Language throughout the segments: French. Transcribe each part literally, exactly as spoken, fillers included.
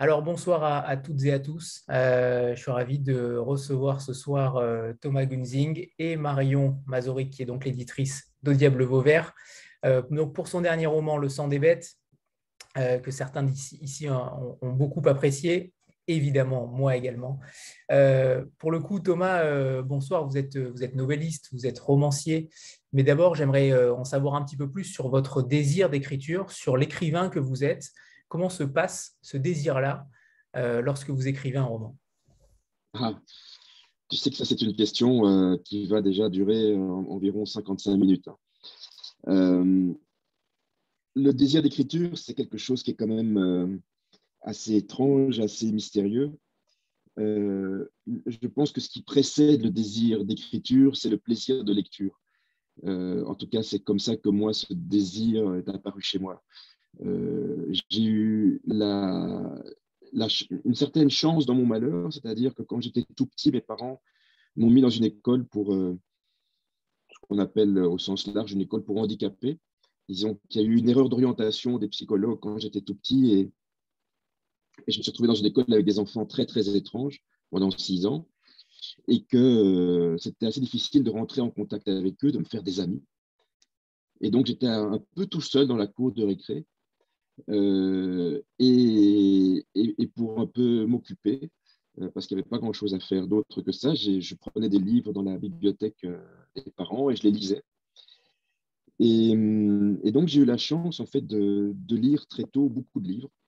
Alors bonsoir à, à toutes et à tous. Euh, je suis ravi de recevoir ce soir euh, Thomas Gunzing et Marion Mazorik, qui est donc l'éditrice d'Au Diable Vauvert. Euh, donc pour son dernier roman, Le sang des bêtes, euh, que certains d'ici ici ont, ont beaucoup apprécié, évidemment, moi également. Euh, pour le coup, Thomas, euh, bonsoir, vous êtes, vous êtes novelliste, vous êtes romancier, mais d'abord, j'aimerais euh, en savoir un petit peu plus sur votre désir d'écriture, sur l'écrivain que vous êtes. Comment se passe ce désir-là euh, lorsque vous écrivez un roman? Ah, tu sais que ça, c'est une question euh, qui va déjà durer euh, environ cinquante-cinq minutes. Euh, le désir d'écriture, c'est quelque chose qui est quand même euh, assez étrange, assez mystérieux. Euh, je pense que ce qui précède le désir d'écriture, c'est le plaisir de lecture. Euh, en tout cas, c'est comme ça que moi, ce désir est apparu chez moi. Euh, j'ai eu la, la, une certaine chance dans mon malheur, c'est-à-dire que quand j'étais tout petit, mes parents m'ont mis dans une école pour euh, ce qu'on appelle euh, au sens large une école pour handicapés. Disons qu'il y a eu une erreur d'orientation des psychologues quand j'étais tout petit et, et, je me suis retrouvé dans une école avec des enfants très, très étranges pendant six ans et que euh, c'était assez difficile de rentrer en contact avec eux, de me faire des amis. Et donc, j'étais un, un peu tout seul dans la cour de récré. Euh, et, et, et pour un peu m'occuper, euh, parce qu'il n'y avait pas grand-chose à faire d'autre que ça, je prenais des livres dans la bibliothèque euh, des parents et je les lisais. Et, et donc, j'ai eu la chance, en fait, de, de lire très tôt beaucoup de livres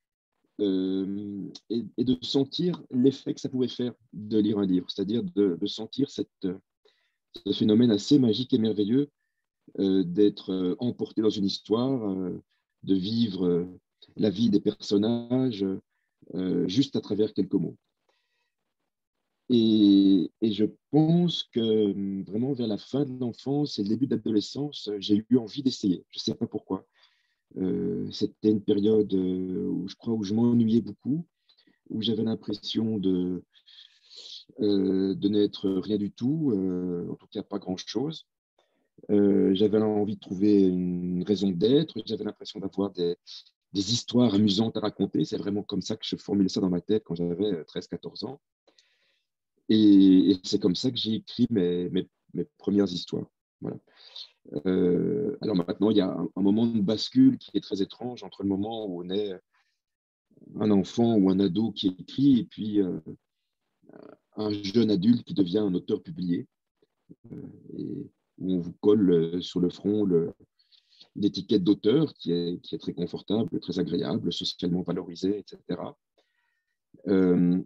euh, et, et, de sentir l'effet que ça pouvait faire de lire un livre, c'est-à-dire de, de sentir cette, ce phénomène assez magique et merveilleux euh, d'être emporté dans une histoire, euh, de vivre euh, la vie des personnages euh, juste à travers quelques mots. Et, et, je pense que vraiment vers la fin de l'enfance et le début de l'adolescence, j'ai eu envie d'essayer. Je ne sais pas pourquoi. Euh, c'était une période où je crois où je m'ennuyais beaucoup, où j'avais l'impression de, euh, de n'être rien du tout, euh, en tout cas pas grand-chose. Euh, j'avais envie de trouver une raison d'être, j'avais l'impression d'avoir des, des histoires amusantes à raconter. C'est vraiment comme ça que je formulais ça dans ma tête quand j'avais treize quatorze ans. Et, et c'est comme ça que j'ai écrit mes, mes, mes premières histoires. Voilà. Euh, alors maintenant, il y a un, un moment de bascule qui est très étrange entre le moment où on est un enfant ou un ado qui écrit et puis euh, un jeune adulte qui devient un auteur publié euh, et où on vous colle euh, sur le front le, l'étiquette d'auteur qui est, qui est très confortable, très agréable, socialement valorisée, et cetera. Euh,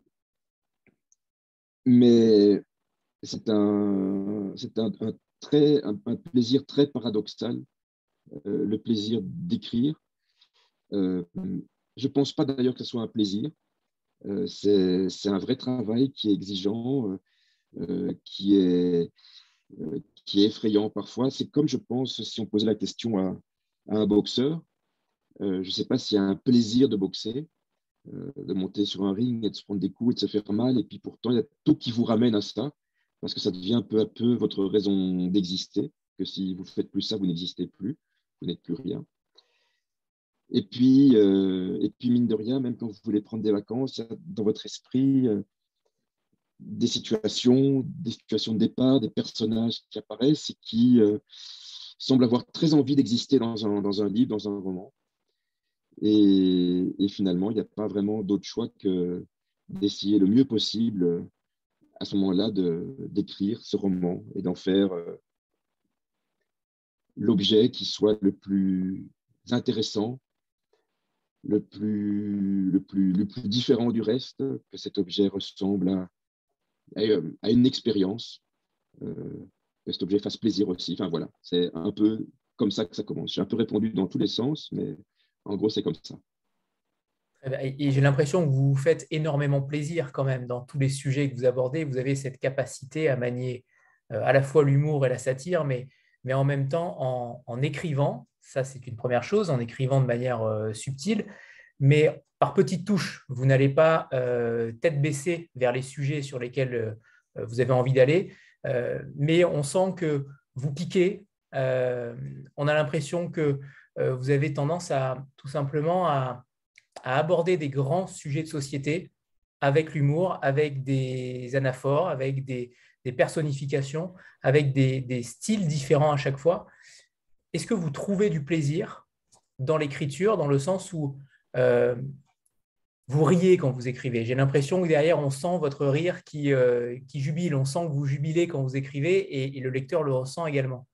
mais c'est un, c'est un, un, très, un, un plaisir très paradoxal, euh, le plaisir d'écrire. Euh, je ne pense pas d'ailleurs que ce soit un plaisir. Euh, c'est, c'est un vrai travail qui est exigeant, euh, qui, est, euh, qui est effrayant parfois. C'est comme, je pense, si on posait la question à, à un boxeur. Euh, je ne sais pas s'il y a un plaisir de boxer, euh, de monter sur un ring et de se prendre des coups et de se faire mal. Et puis pourtant, il y a tout qui vous ramène à ça, parce que ça devient peu à peu votre raison d'exister, que si vous ne faites plus ça, vous n'existez plus, vous n'êtes plus rien. Et puis, euh, et puis, mine de rien, même quand vous voulez prendre des vacances, il y a dans votre esprit euh, des situations, des situations de départ, des personnages qui apparaissent et qui euh, semblent avoir très envie d'exister dans un, dans un livre, dans un roman. Et, et finalement, il n'y a pas vraiment d'autre choix que d'essayer le mieux possible à ce moment-là de, d'écrire ce roman et d'en faire euh, l'objet qui soit le plus intéressant, le plus, le plus, le plus différent du reste, que cet objet ressemble à, à, à une expérience, euh, que cet objet fasse plaisir aussi. Enfin voilà, c'est un peu comme ça que ça commence. J'ai un peu répondu dans tous les sens, mais en gros, c'est comme ça. Et j'ai l'impression que vous vous faites énormément plaisir quand même dans tous les sujets que vous abordez. Vous avez cette capacité à manier euh, à la fois l'humour et la satire, mais, mais en même temps en, en écrivant, ça c'est une première chose, en écrivant de manière euh, subtile, mais par petites touches. Vous n'allez pas euh, tête baissée vers les sujets sur lesquels euh, vous avez envie d'aller, euh, mais on sent que vous piquez. Euh, on a l'impression que euh, vous avez tendance à tout simplement à à aborder des grands sujets de société avec l'humour, avec des anaphores, avec des, des personnifications, avec des, des styles différents à chaque fois. Est-ce que vous trouvez du plaisir dans l'écriture, dans le sens où euh, vous riez quand vous écrivez? J'ai l'impression que derrière, on sent votre rire qui, euh, qui jubile, on sent que vous jubilez quand vous écrivez et, et le lecteur le ressent également.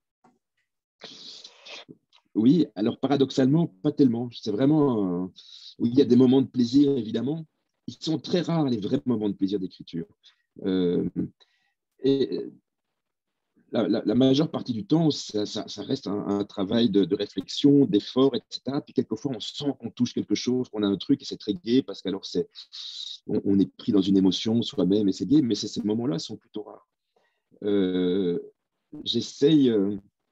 Oui, alors paradoxalement, pas tellement. C'est vraiment, euh, oui, il y a des moments de plaisir, évidemment. Ils sont très rares, les vrais moments de plaisir d'écriture. Euh, et la, la, la, majeure partie du temps, ça, ça, ça reste un, un travail de, de réflexion, d'effort, et cetera. Puis quelquefois, on sent qu'on touche quelque chose, qu'on a un truc, et c'est très gai, parce qu'alors, c'est, on, on est pris dans une émotion soi-même, et c'est gai, mais ces moments-là sont plutôt rares. Euh, J'essaye... Euh,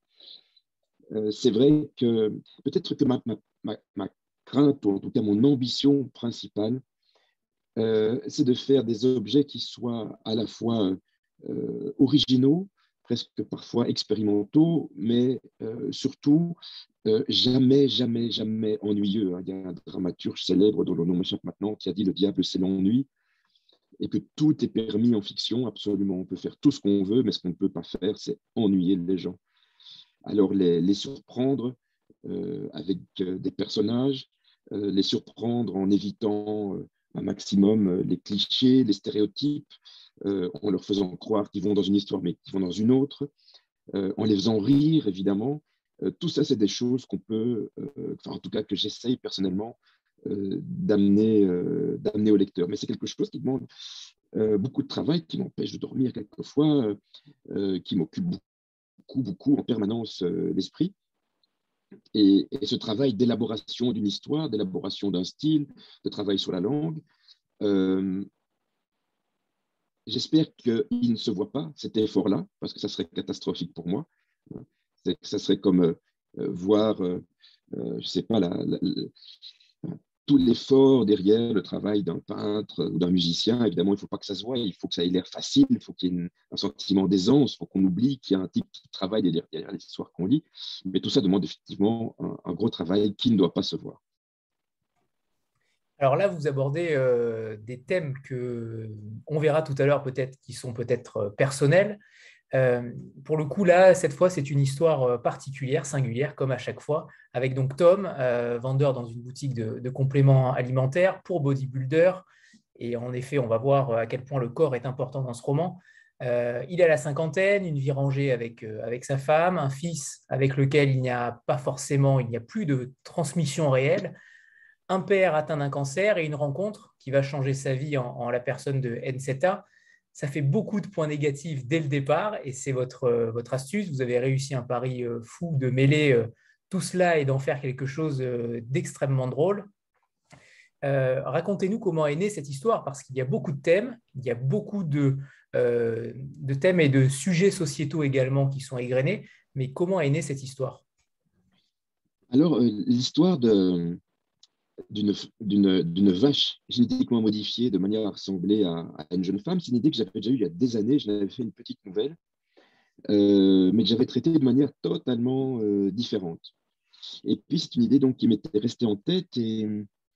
Euh, c'est vrai que peut-être que ma, ma, ma, ma crainte, ou en tout cas mon ambition principale, euh, c'est de faire des objets qui soient à la fois euh, originaux, presque parfois expérimentaux, mais euh, surtout euh, jamais, jamais, jamais ennuyeux. Il y a un dramaturge célèbre dont le nom m'échappe maintenant qui a dit « Le diable, c'est l'ennui » et que tout est permis en fiction, absolument. On peut faire tout ce qu'on veut, mais ce qu'on ne peut pas faire, c'est ennuyer les gens. Alors les, les surprendre euh, avec euh, des personnages, euh, les surprendre en évitant euh, un maximum euh, les clichés, les stéréotypes, euh, en leur faisant croire qu'ils vont dans une histoire mais qu'ils vont dans une autre, euh, en les faisant rire évidemment. Euh, tout ça, c'est des choses qu'on peut, euh, enfin, en tout cas que j'essaye personnellement euh, d'amener euh, d'amener au lecteur. Mais c'est quelque chose qui demande euh, beaucoup de travail, qui m'empêche de dormir quelquefois, euh, qui m'occupe beaucoup beaucoup, beaucoup en permanence euh, l'esprit. Et, et ce travail d'élaboration d'une histoire, d'élaboration d'un style, de travail sur la langue, euh, j'espère qu'il ne se voit pas, cet effort-là, parce que ça serait catastrophique pour moi. Ça serait comme euh, voir, euh, je ne sais pas, la, la, la, tout l'effort derrière le travail d'un peintre ou d'un musicien. Évidemment, il ne faut pas que ça se voie, il faut que ça ait l'air facile, il faut qu'il y ait une, un sentiment d'aisance, il faut qu'on oublie qu'il y a un type qui travaille derrière, derrière les histoires qu'on lit. Mais tout ça demande effectivement un, un gros travail qui ne doit pas se voir. Alors là, vous abordez euh, des thèmes que on verra tout à l'heure peut-être qui sont peut-être personnels. Euh, pour le coup, là, cette fois, c'est une histoire particulière, singulière, comme à chaque fois, avec donc Tom, euh, vendeur dans une boutique de, de compléments alimentaires pour bodybuilder. Et en effet, on va voir à quel point le corps est important dans ce roman. Euh, il a la cinquantaine, une vie rangée avec, euh, avec sa femme, un fils avec lequel il n'y a pas forcément, il n'y a plus de transmission réelle, un père atteint d'un cancer et une rencontre qui va changer sa vie en, en la personne de Nceta. Ça fait beaucoup de points négatifs dès le départ et c'est votre, euh, votre astuce. Vous avez réussi un pari euh, fou de mêler euh, tout cela et d'en faire quelque chose euh, d'extrêmement drôle. Euh, racontez-nous comment est née cette histoire, parce qu'il y a beaucoup de thèmes, il y a beaucoup de, euh, de thèmes et de sujets sociétaux également qui sont égrenés, mais comment est née cette histoire? Alors, euh, l'histoire de, d'une, d'une, d'une vache génétiquement modifiée de manière à ressembler à, à une jeune femme, c'est une idée que j'avais déjà eue il y a des années. Je n'avais fait une petite nouvelle, euh, mais que j'avais traitée de manière totalement euh, différente. Et puis, c'est une idée donc, qui m'était restée en tête. Et,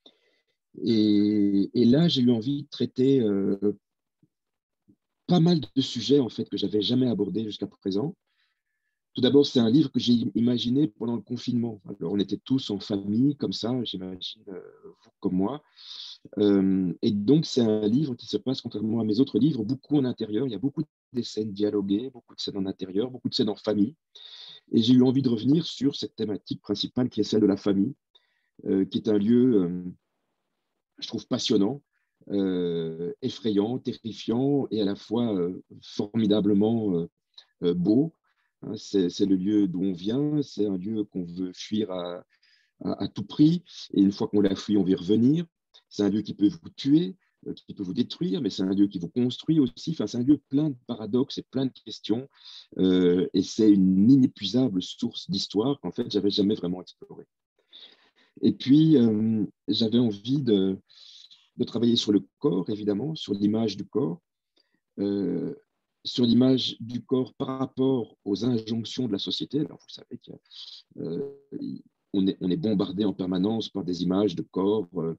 et, et là, j'ai eu envie de traiter euh, pas mal de sujets en fait, que je n'avais jamais abordés jusqu'à présent. Tout d'abord, c'est un livre que j'ai imaginé pendant le confinement. Alors, on était tous en famille, comme ça, j'imagine, euh, vous comme moi. Euh, et donc, c'est un livre qui se passe, contrairement à mes autres livres, beaucoup en intérieur. Il y a beaucoup de scènes dialoguées, beaucoup de scènes en intérieur, beaucoup de scènes en famille. Et j'ai eu envie de revenir sur cette thématique principale qui est celle de la famille, euh, qui est un lieu, euh, je trouve, passionnant, euh, effrayant, terrifiant et à la fois euh, formidablement euh, euh, beau. Hein, c'est, c'est le lieu d'où on vient, c'est un lieu qu'on veut fuir à, à, à tout prix, et une fois qu'on l'a fui, on veut y revenir. C'est un lieu qui peut vous tuer, euh, qui peut vous détruire, mais c'est un lieu qui vous construit aussi. Enfin, c'est un lieu plein de paradoxes et plein de questions, euh, et c'est une inépuisable source d'histoire qu'en fait, j'avais jamais vraiment explorée. Et puis, euh, j'avais envie de, de travailler sur le corps, évidemment, sur l'image du corps, euh, sur l'image du corps par rapport aux injonctions de la société. Alors, vous savez qu'on euh, est, on est bombardé en permanence par des images de corps, euh,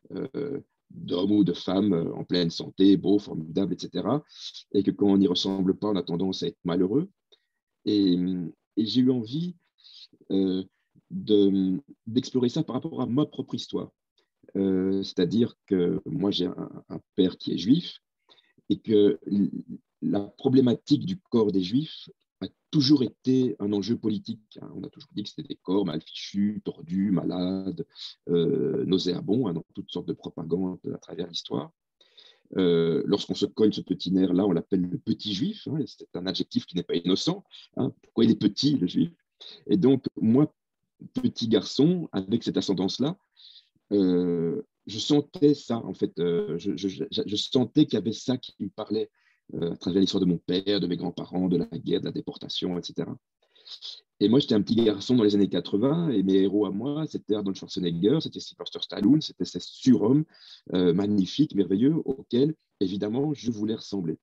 euh, d'hommes ou de femmes en pleine santé, beaux, formidables, et cetera. Et que quand on n'y ressemble pas, on a tendance à être malheureux. Et, et j'ai eu envie euh, de, d'explorer ça par rapport à ma propre histoire. Euh, c'est-à-dire que moi, j'ai un, un père qui est juif et que la problématique du corps des juifs a toujours été un enjeu politique. On a toujours dit que c'était des corps mal fichus, tordus, malades, euh, nauséabonds, hein, dans toutes sortes de propagandes à travers l'histoire. Euh, lorsqu'on se cogne ce petit nerf-là, on l'appelle le petit juif. Hein, c'est un adjectif qui n'est pas innocent. Hein, pourquoi il est petit, le juif? Et donc, moi, petit garçon, avec cette ascendance-là, euh, je sentais ça, en fait. Euh, je, je, je, sentais qu'il y avait ça qui me parlait euh, à travers l'histoire de mon père, de mes grands-parents, de la guerre, de la déportation, et cetera. Et moi, j'étais un petit garçon dans les années quatre-vingts, et mes héros à moi, c'était Arnold Schwarzenegger, c'était Sylvester Stallone, c'était ces surhommes euh, magnifiques, merveilleux, auxquels, évidemment, je voulais ressembler.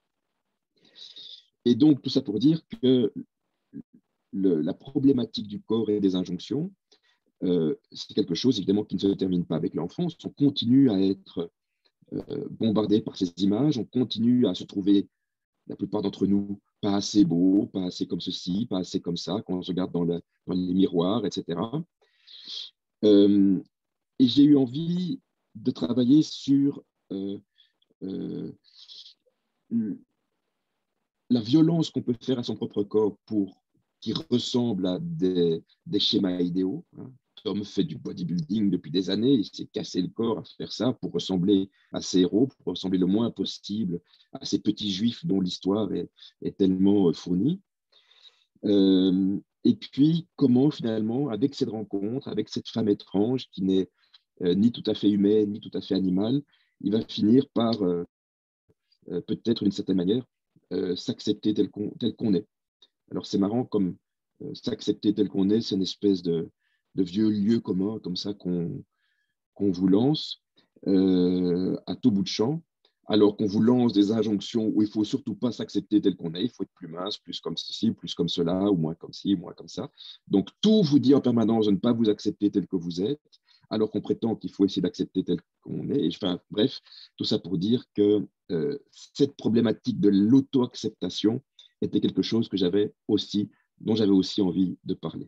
Et donc, tout ça pour dire que le, la problématique du corps et des injonctions, euh, c'est quelque chose, évidemment, qui ne se termine pas avec l'enfance. On continue à être euh, bombardé par ces images, on continue à se trouver, la plupart d'entre nous, pas assez beau, pas assez comme ceci, pas assez comme ça, quand on se regarde dans, le, dans les miroirs, et cetera. Euh, et j'ai eu envie de travailler sur euh, euh, la violence qu'on peut faire à son propre corps pour qu'il ressemble à des, des schémas idéaux. Hein. Tom fait du bodybuilding depuis des années, il s'est cassé le corps à faire ça pour ressembler à ses héros, pour ressembler le moins possible à ces petits juifs dont l'histoire est, est tellement fournie. Euh, et puis, comment finalement, avec cette rencontre, avec cette femme étrange qui n'est euh, ni tout à fait humaine, ni tout à fait animale, il va finir par, euh, euh, peut-être d'une certaine manière, euh, s'accepter tel qu'on, tel qu'on est. Alors, c'est marrant, comme euh, s'accepter tel qu'on est, c'est une espèce de, de vieux lieu commun, comme ça, qu'on, qu'on vous lance euh, à tout bout de champ, alors qu'on vous lance des injonctions où il ne faut surtout pas s'accepter tel qu'on est, il faut être plus mince, plus comme ceci, plus comme cela, ou moins comme ci, moins comme ça. Donc, tout vous dit en permanence de ne pas vous accepter tel que vous êtes, alors qu'on prétend qu'il faut essayer d'accepter tel qu'on est. Et, enfin, bref, tout ça pour dire que euh, cette problématique de l'auto-acceptation était quelque chose que j'avais aussi, dont j'avais aussi envie de parler.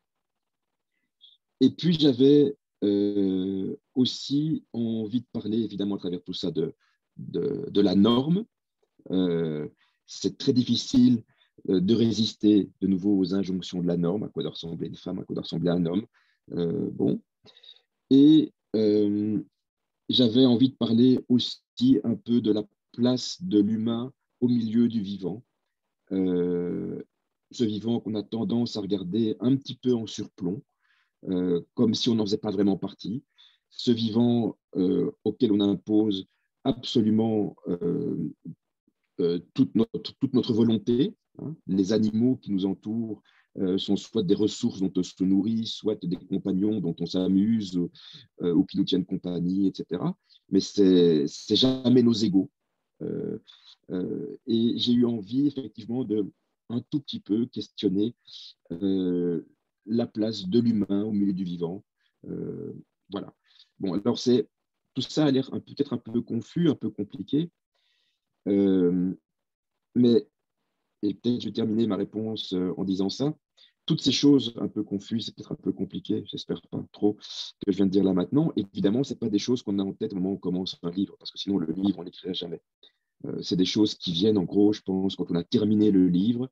Et puis, j'avais euh, aussi envie de parler, évidemment, à travers tout ça, de, de, de la norme. Euh, c'est très difficile euh, de résister de nouveau aux injonctions de la norme, à quoi doit ressembler une femme, à quoi doit ressembler un homme. Euh, bon. Et euh, j'avais envie de parler aussi un peu de la place de l'humain au milieu du vivant. Euh, ce vivant qu'on a tendance à regarder un petit peu en surplomb, euh, comme si on n'en faisait pas vraiment partie. Ce vivant euh, auquel on impose absolument euh, euh, toute, notre, toute notre volonté. Hein. Les animaux qui nous entourent euh, sont soit des ressources dont on se nourrit, soit des compagnons dont on s'amuse euh, ou qui nous tiennent compagnie, et cetera. Mais c'est, c'est jamais nos égaux. Euh, euh, et j'ai eu envie, effectivement, de un tout petit peu questionner euh, la place de l'humain au milieu du vivant. Euh, voilà. Bon, alors c'est tout ça a l'air peut-être un peu confus, un peu compliqué, euh, mais et peut-être je vais terminer ma réponse euh, en disant ça. Toutes ces choses un peu confuses, c'est peut-être un peu compliqué, j'espère pas trop, que je viens de dire là maintenant. Évidemment, ce n'est pas des choses qu'on a en tête au moment où on commence un livre, parce que sinon le livre, on l'écrirait jamais. Euh, c'est des choses qui viennent en gros, je pense, quand on a terminé le livre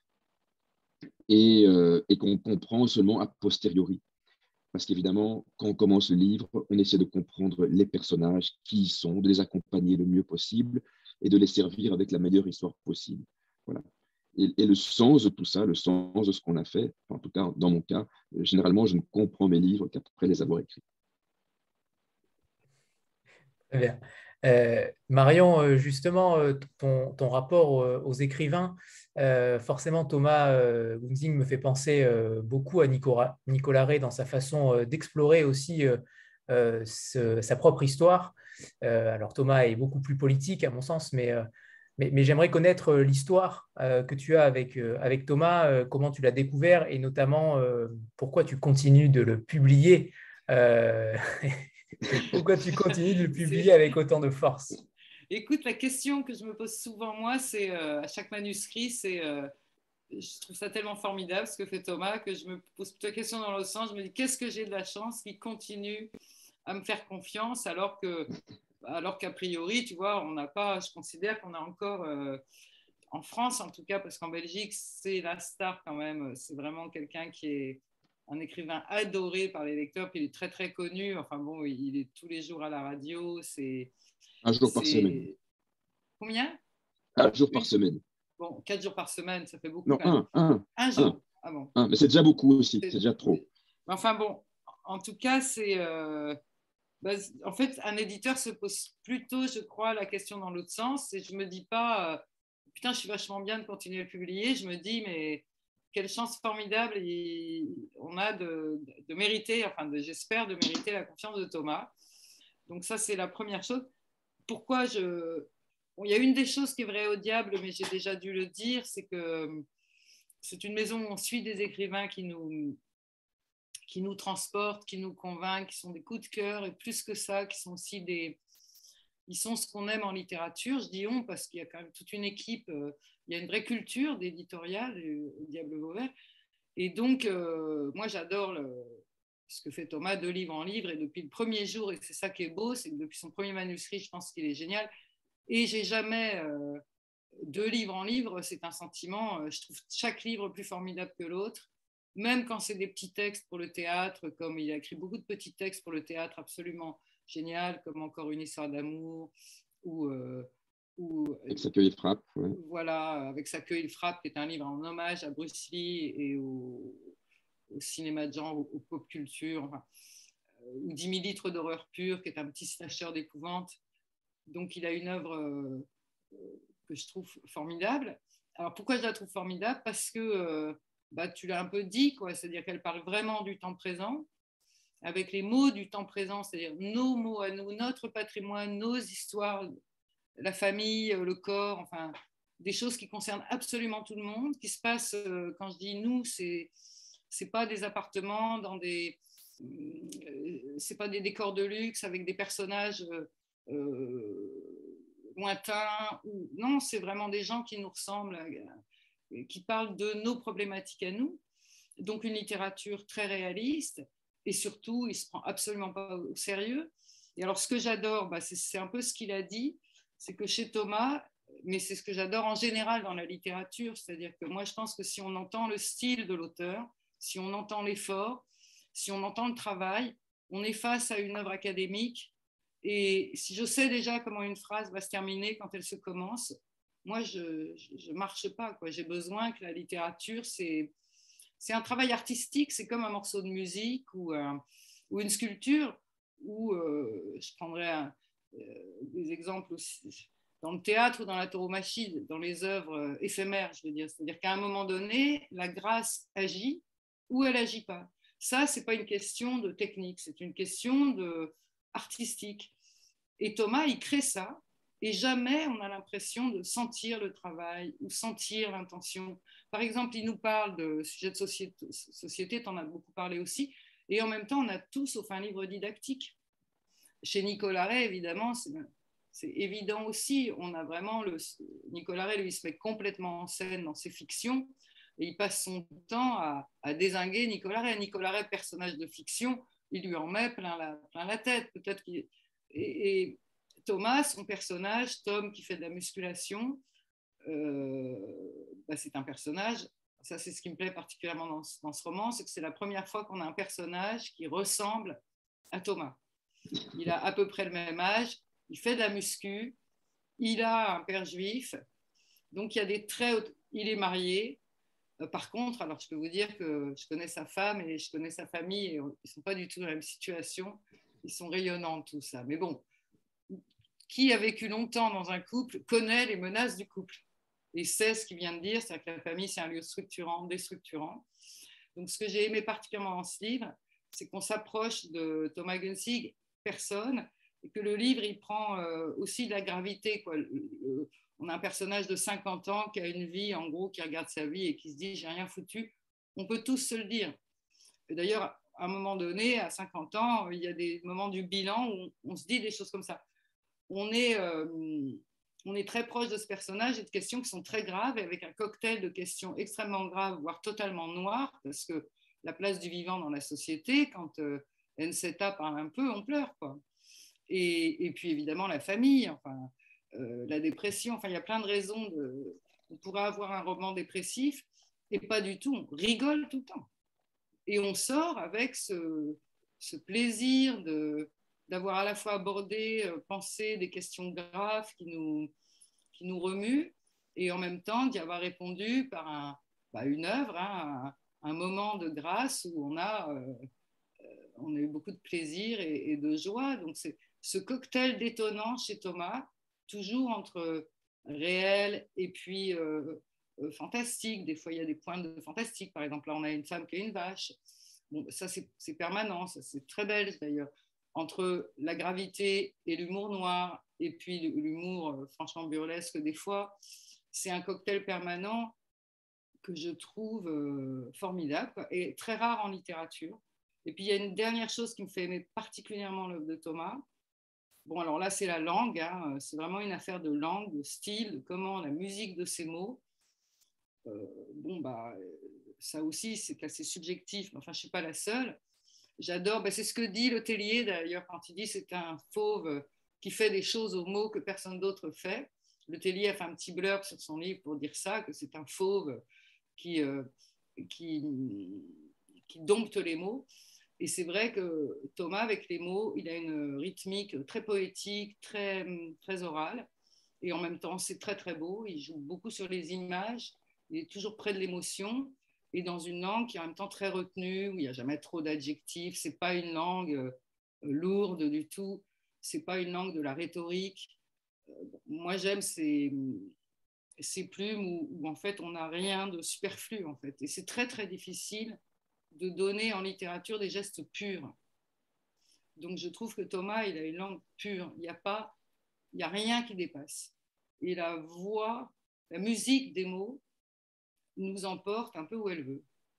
et, euh, et qu'on comprend seulement a posteriori. Parce qu'évidemment, quand on commence le livre, on essaie de comprendre les personnages, qui ils sont, de les accompagner le mieux possible et de les servir avec la meilleure histoire possible. Voilà. Et, et le sens de tout ça, le sens de ce qu'on a fait, en tout cas dans mon cas, généralement, je ne comprends mes livres qu'après les avoir écrits. Très bien. Euh, Marion, euh, justement, euh, ton, ton rapport euh, aux écrivains, euh, forcément, Thomas euh, Gunzing me fait penser euh, beaucoup à Nicolas, Nicolas Ray dans sa façon euh, d'explorer aussi euh, euh, ce- sa propre histoire. Euh, alors, Thomas est beaucoup plus politique, à mon sens, mais, euh, mais, mais j'aimerais connaître euh, l'histoire euh, que tu as avec, euh, avec Thomas, euh, comment tu l'as découvert et notamment euh, pourquoi tu continues de le publier. Euh, Pourquoi tu continues de le publier avec autant de force? Écoute, la question que je me pose souvent, moi, c'est euh, à chaque manuscrit, c'est, euh, je trouve ça tellement formidable ce que fait Thomas, que je me pose plutôt la question dans l'autre sens. Je me dis, qu'est-ce que j'ai de la chance qu'il continue à me faire confiance, alors que, alors qu'a priori, tu vois, on n'a pas, je considère qu'on a encore, euh, en France en tout cas, parce qu'en Belgique, c'est la star quand même, c'est vraiment quelqu'un qui est un écrivain adoré par les lecteurs, puis il est très très connu, enfin bon, il est tous les jours à la radio, c'est... Un jour par semaine. Combien? Un jour par Une... semaine. Bon, quatre jours par semaine, ça fait beaucoup. Non, quand même. un, un. Un jour. Un. Ah bon. Un. Mais c'est déjà beaucoup aussi, c'est déjà trop. Enfin bon, en tout cas, c'est... Euh... Bah, en fait, un éditeur se pose plutôt, je crois, la question dans l'autre sens, et je ne me dis pas, euh, putain, je suis vachement bien de continuer à publier, je me dis, mais quelle chance formidable il... on a de, de mériter, enfin, de, j'espère, de mériter la confiance de Thomas. Donc ça, c'est la première chose. Pourquoi je... Bon, il y a une des choses qui est vraie au diable, mais j'ai déjà dû le dire, c'est que c'est une maison où on suit des écrivains qui nous, qui nous transportent, qui nous convainquent, qui sont des coups de cœur, et plus que ça, qui sont aussi des... Ils sont ce qu'on aime en littérature, je dis on, parce qu'il y a quand même toute une équipe, euh, il y a une vraie culture d'éditorial au Diable Vauvert. Et donc, euh, moi, j'adore le, ce que fait Thomas de livre en livre, et depuis le premier jour, et c'est ça qui est beau, c'est que depuis son premier manuscrit, je pense qu'il est génial. Et j'ai jamais, euh, de livre en livre, c'est un sentiment, euh, je trouve chaque livre plus formidable que l'autre, même quand c'est des petits textes pour le théâtre, comme il a écrit beaucoup de petits textes pour le théâtre absolument génial, comme Encore une histoire d'amour, ou... Euh, ou avec Sa queue il frappe. Ouais. Voilà, avec Sa queue il frappe, qui est un livre en hommage à Bruce Lee et au, au cinéma de genre, aux, aux pop culture, enfin, ou dix mille litres d'horreur pure, qui est un petit slasher d'épouvante. Donc il a une œuvre euh, que je trouve formidable. Alors pourquoi je la trouve formidable? Parce que euh, bah, tu l'as un peu dit, quoi, c'est-à-dire qu'elle parle vraiment du temps présent, avec les mots du temps présent, c'est-à-dire nos mots à nous, notre patrimoine, nos histoires, la famille, le corps, enfin des choses qui concernent absolument tout le monde, qui se passent, euh, quand je dis nous, c'est c'est pas des appartements dans des, euh, c'est pas des décors de luxe avec des personnages euh, lointains, ou non, c'est vraiment des gens qui nous ressemblent, euh, qui parlent de nos problématiques à nous. Donc une littérature très réaliste, et surtout, il se prend absolument pas au sérieux. Et alors ce que j'adore, bah, c'est, c'est un peu ce qu'il a dit, c'est que chez Thomas, mais c'est ce que j'adore en général dans la littérature, c'est-à-dire que moi je pense que si on entend le style de l'auteur, si on entend l'effort, si on entend le travail, on est face à une œuvre académique, et si je sais déjà comment une phrase va se terminer quand elle se commence, moi je ne marche pas, quoi. J'ai besoin que la littérature, c'est, c'est un travail artistique, c'est comme un morceau de musique ou, un, ou une sculpture, où euh, je prendrais un, euh, des exemples aussi dans le théâtre ou dans la tauromachie, dans les œuvres éphémères, je veux dire. C'est-à-dire qu'à un moment donné, la grâce agit ou elle n'agit pas. Ça, ce n'est pas une question de technique, c'est une question de artistique. Et Thomas, il crée ça, et jamais on a l'impression de sentir le travail ou sentir l'intention. Par exemple, il nous parle de sujets de société, société tu en as beaucoup parlé aussi, et en même temps, on a tout sauf un livre didactique. Chez Nicolas Ray, évidemment, c'est, c'est évident aussi. On a vraiment le, Nicolas Ray, lui, il se met complètement en scène dans ses fictions, et il passe son temps à, à dézinguer Nicolas Ray. Nicolas Ray, personnage de fiction, il lui en met plein la, plein la tête. Peut-être qu'il, et, et Thomas, son personnage, Tom qui fait de la musculation, euh, bah, c'est un personnage. Ça, c'est ce qui me plaît particulièrement dans, dans ce roman, c'est que c'est la première fois qu'on a un personnage qui ressemble à Thomas. Il a à peu près le même âge, il fait de la muscu, il a un père juif, donc il y a des traits, il est marié. Par contre, alors je peux vous dire que je connais sa femme et je connais sa famille, et ils ne sont pas du tout dans la même situation, ils sont rayonnants tout ça. Mais bon, qui a vécu longtemps dans un couple connaît les menaces du couple et sait ce qu'il vient de dire, c'est-à-dire que la famille, c'est un lieu structurant, déstructurant. Donc ce que j'ai aimé particulièrement dans ce livre, c'est qu'on s'approche de Thomas Günzig, personne, et que le livre, il prend euh, aussi de la gravité, quoi. Le, le, on a un personnage de cinquante ans qui a une vie, en gros, qui regarde sa vie et qui se dit « j'ai rien foutu ». On peut tous se le dire. Et d'ailleurs, à un moment donné, à cinquante ans, il y a des moments du bilan où on, on se dit des choses comme ça. On est, euh, on est très proche de ce personnage et de questions qui sont très graves, et avec un cocktail de questions extrêmement graves, voire totalement noires, parce que la place du vivant dans la société, quand euh, Nceta parle un peu, on pleure, quoi. Et, et puis évidemment la famille, enfin, euh, la dépression, enfin il y a plein de raisons. De, on pourrait avoir un roman dépressif, et pas du tout, on rigole tout le temps. Et on sort avec ce, ce plaisir de, d'avoir à la fois abordé, euh, pensé des questions graves qui nous, qui nous remuent, et en même temps d'y avoir répondu par un, bah, une œuvre, hein, un, un moment de grâce où on a, euh, on a eu beaucoup de plaisir et, et de joie. Donc c'est ce cocktail détonnant chez Thomas, toujours entre réel et puis euh, euh, fantastique. Des fois, il y a des points de fantastique. Par exemple, là, on a une femme qui est une vache. Bon, ça, c'est, c'est permanent. Ça, c'est très belge, d'ailleurs. Entre la gravité et l'humour noir, et puis l'humour euh, franchement burlesque, des fois, c'est un cocktail permanent que je trouve euh, formidable, quoi, et très rare en littérature. Et puis, il y a une dernière chose qui me fait aimer particulièrement l'œuvre de Thomas. Bon, alors là, c'est la langue. Hein. C'est vraiment une affaire de langue, de style, de comment la musique de ces mots. Euh, bon, bah, ça aussi, c'est assez subjectif, mais enfin, je ne suis pas la seule. J'adore, bah, c'est ce que dit Letellier, d'ailleurs, quand il dit c'est un fauve qui fait des choses aux mots que personne d'autre fait. Letellier a fait un petit blurb sur son livre pour dire ça, que c'est un fauve qui, euh, qui, qui dompte les mots. Et c'est vrai que Thomas, avec les mots, il a une rythmique très poétique, très, très orale. Et en même temps, c'est très, très beau. Il joue beaucoup sur les images. Il est toujours près de l'émotion. Et dans une langue qui est en même temps très retenue, où il n'y a jamais trop d'adjectifs. Ce n'est pas une langue lourde du tout. Ce n'est pas une langue de la rhétorique. Moi, j'aime ces, ces plumes où, où, en fait, on n'a rien de superflu, en fait. Et c'est très, très difficile de donner en littérature des gestes purs. Donc je trouve que Thomas, il a une langue pure. Il n'y a pas, il n'y a rien qui dépasse. Et la voix, la musique des mots nous emporte un peu où elle veut.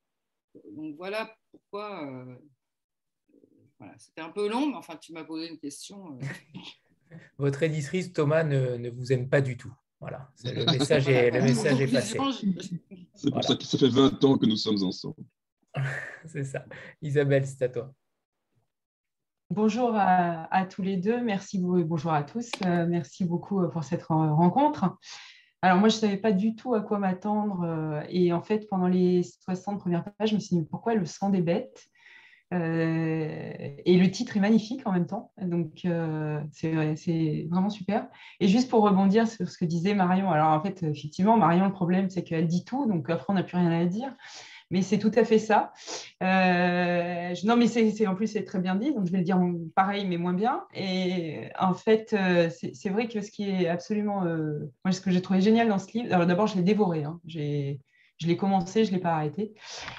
Donc voilà pourquoi. Euh, voilà, c'était un peu long, mais enfin tu m'as posé une question. Euh... Votre éditrice Thomas ne, ne vous aime pas du tout. Voilà, c'est, le message est, le message est passé. C'est pour voilà. ça que ça fait vingt ans que nous sommes ensemble. C'est ça. Isabelle, c'est à toi. Bonjour à, à tous les deux. Merci, bonjour à tous. Euh, merci beaucoup pour cette rencontre. Alors moi, je ne savais pas du tout à quoi m'attendre. Euh, et en fait, pendant les soixante premières pages, je me suis dit, pourquoi le sang des bêtes ? euh, Et le titre est magnifique en même temps. Donc, euh, c'est, c'est vraiment super. Et juste pour rebondir sur ce que disait Marion. Alors en fait, effectivement, Marion, le problème, c'est qu'elle dit tout. Donc après, on n'a plus rien à dire. Mais c'est tout à fait ça. Euh, je, non, mais c'est, c'est, en plus, c'est très bien dit. Donc, je vais le dire pareil, mais moins bien. Et en fait, euh, c'est, c'est vrai que ce qui est absolument... Euh, moi, ce que j'ai trouvé génial dans ce livre... Alors, d'abord, je l'ai dévoré. Hein. J'ai, je l'ai commencé, je ne l'ai pas arrêté.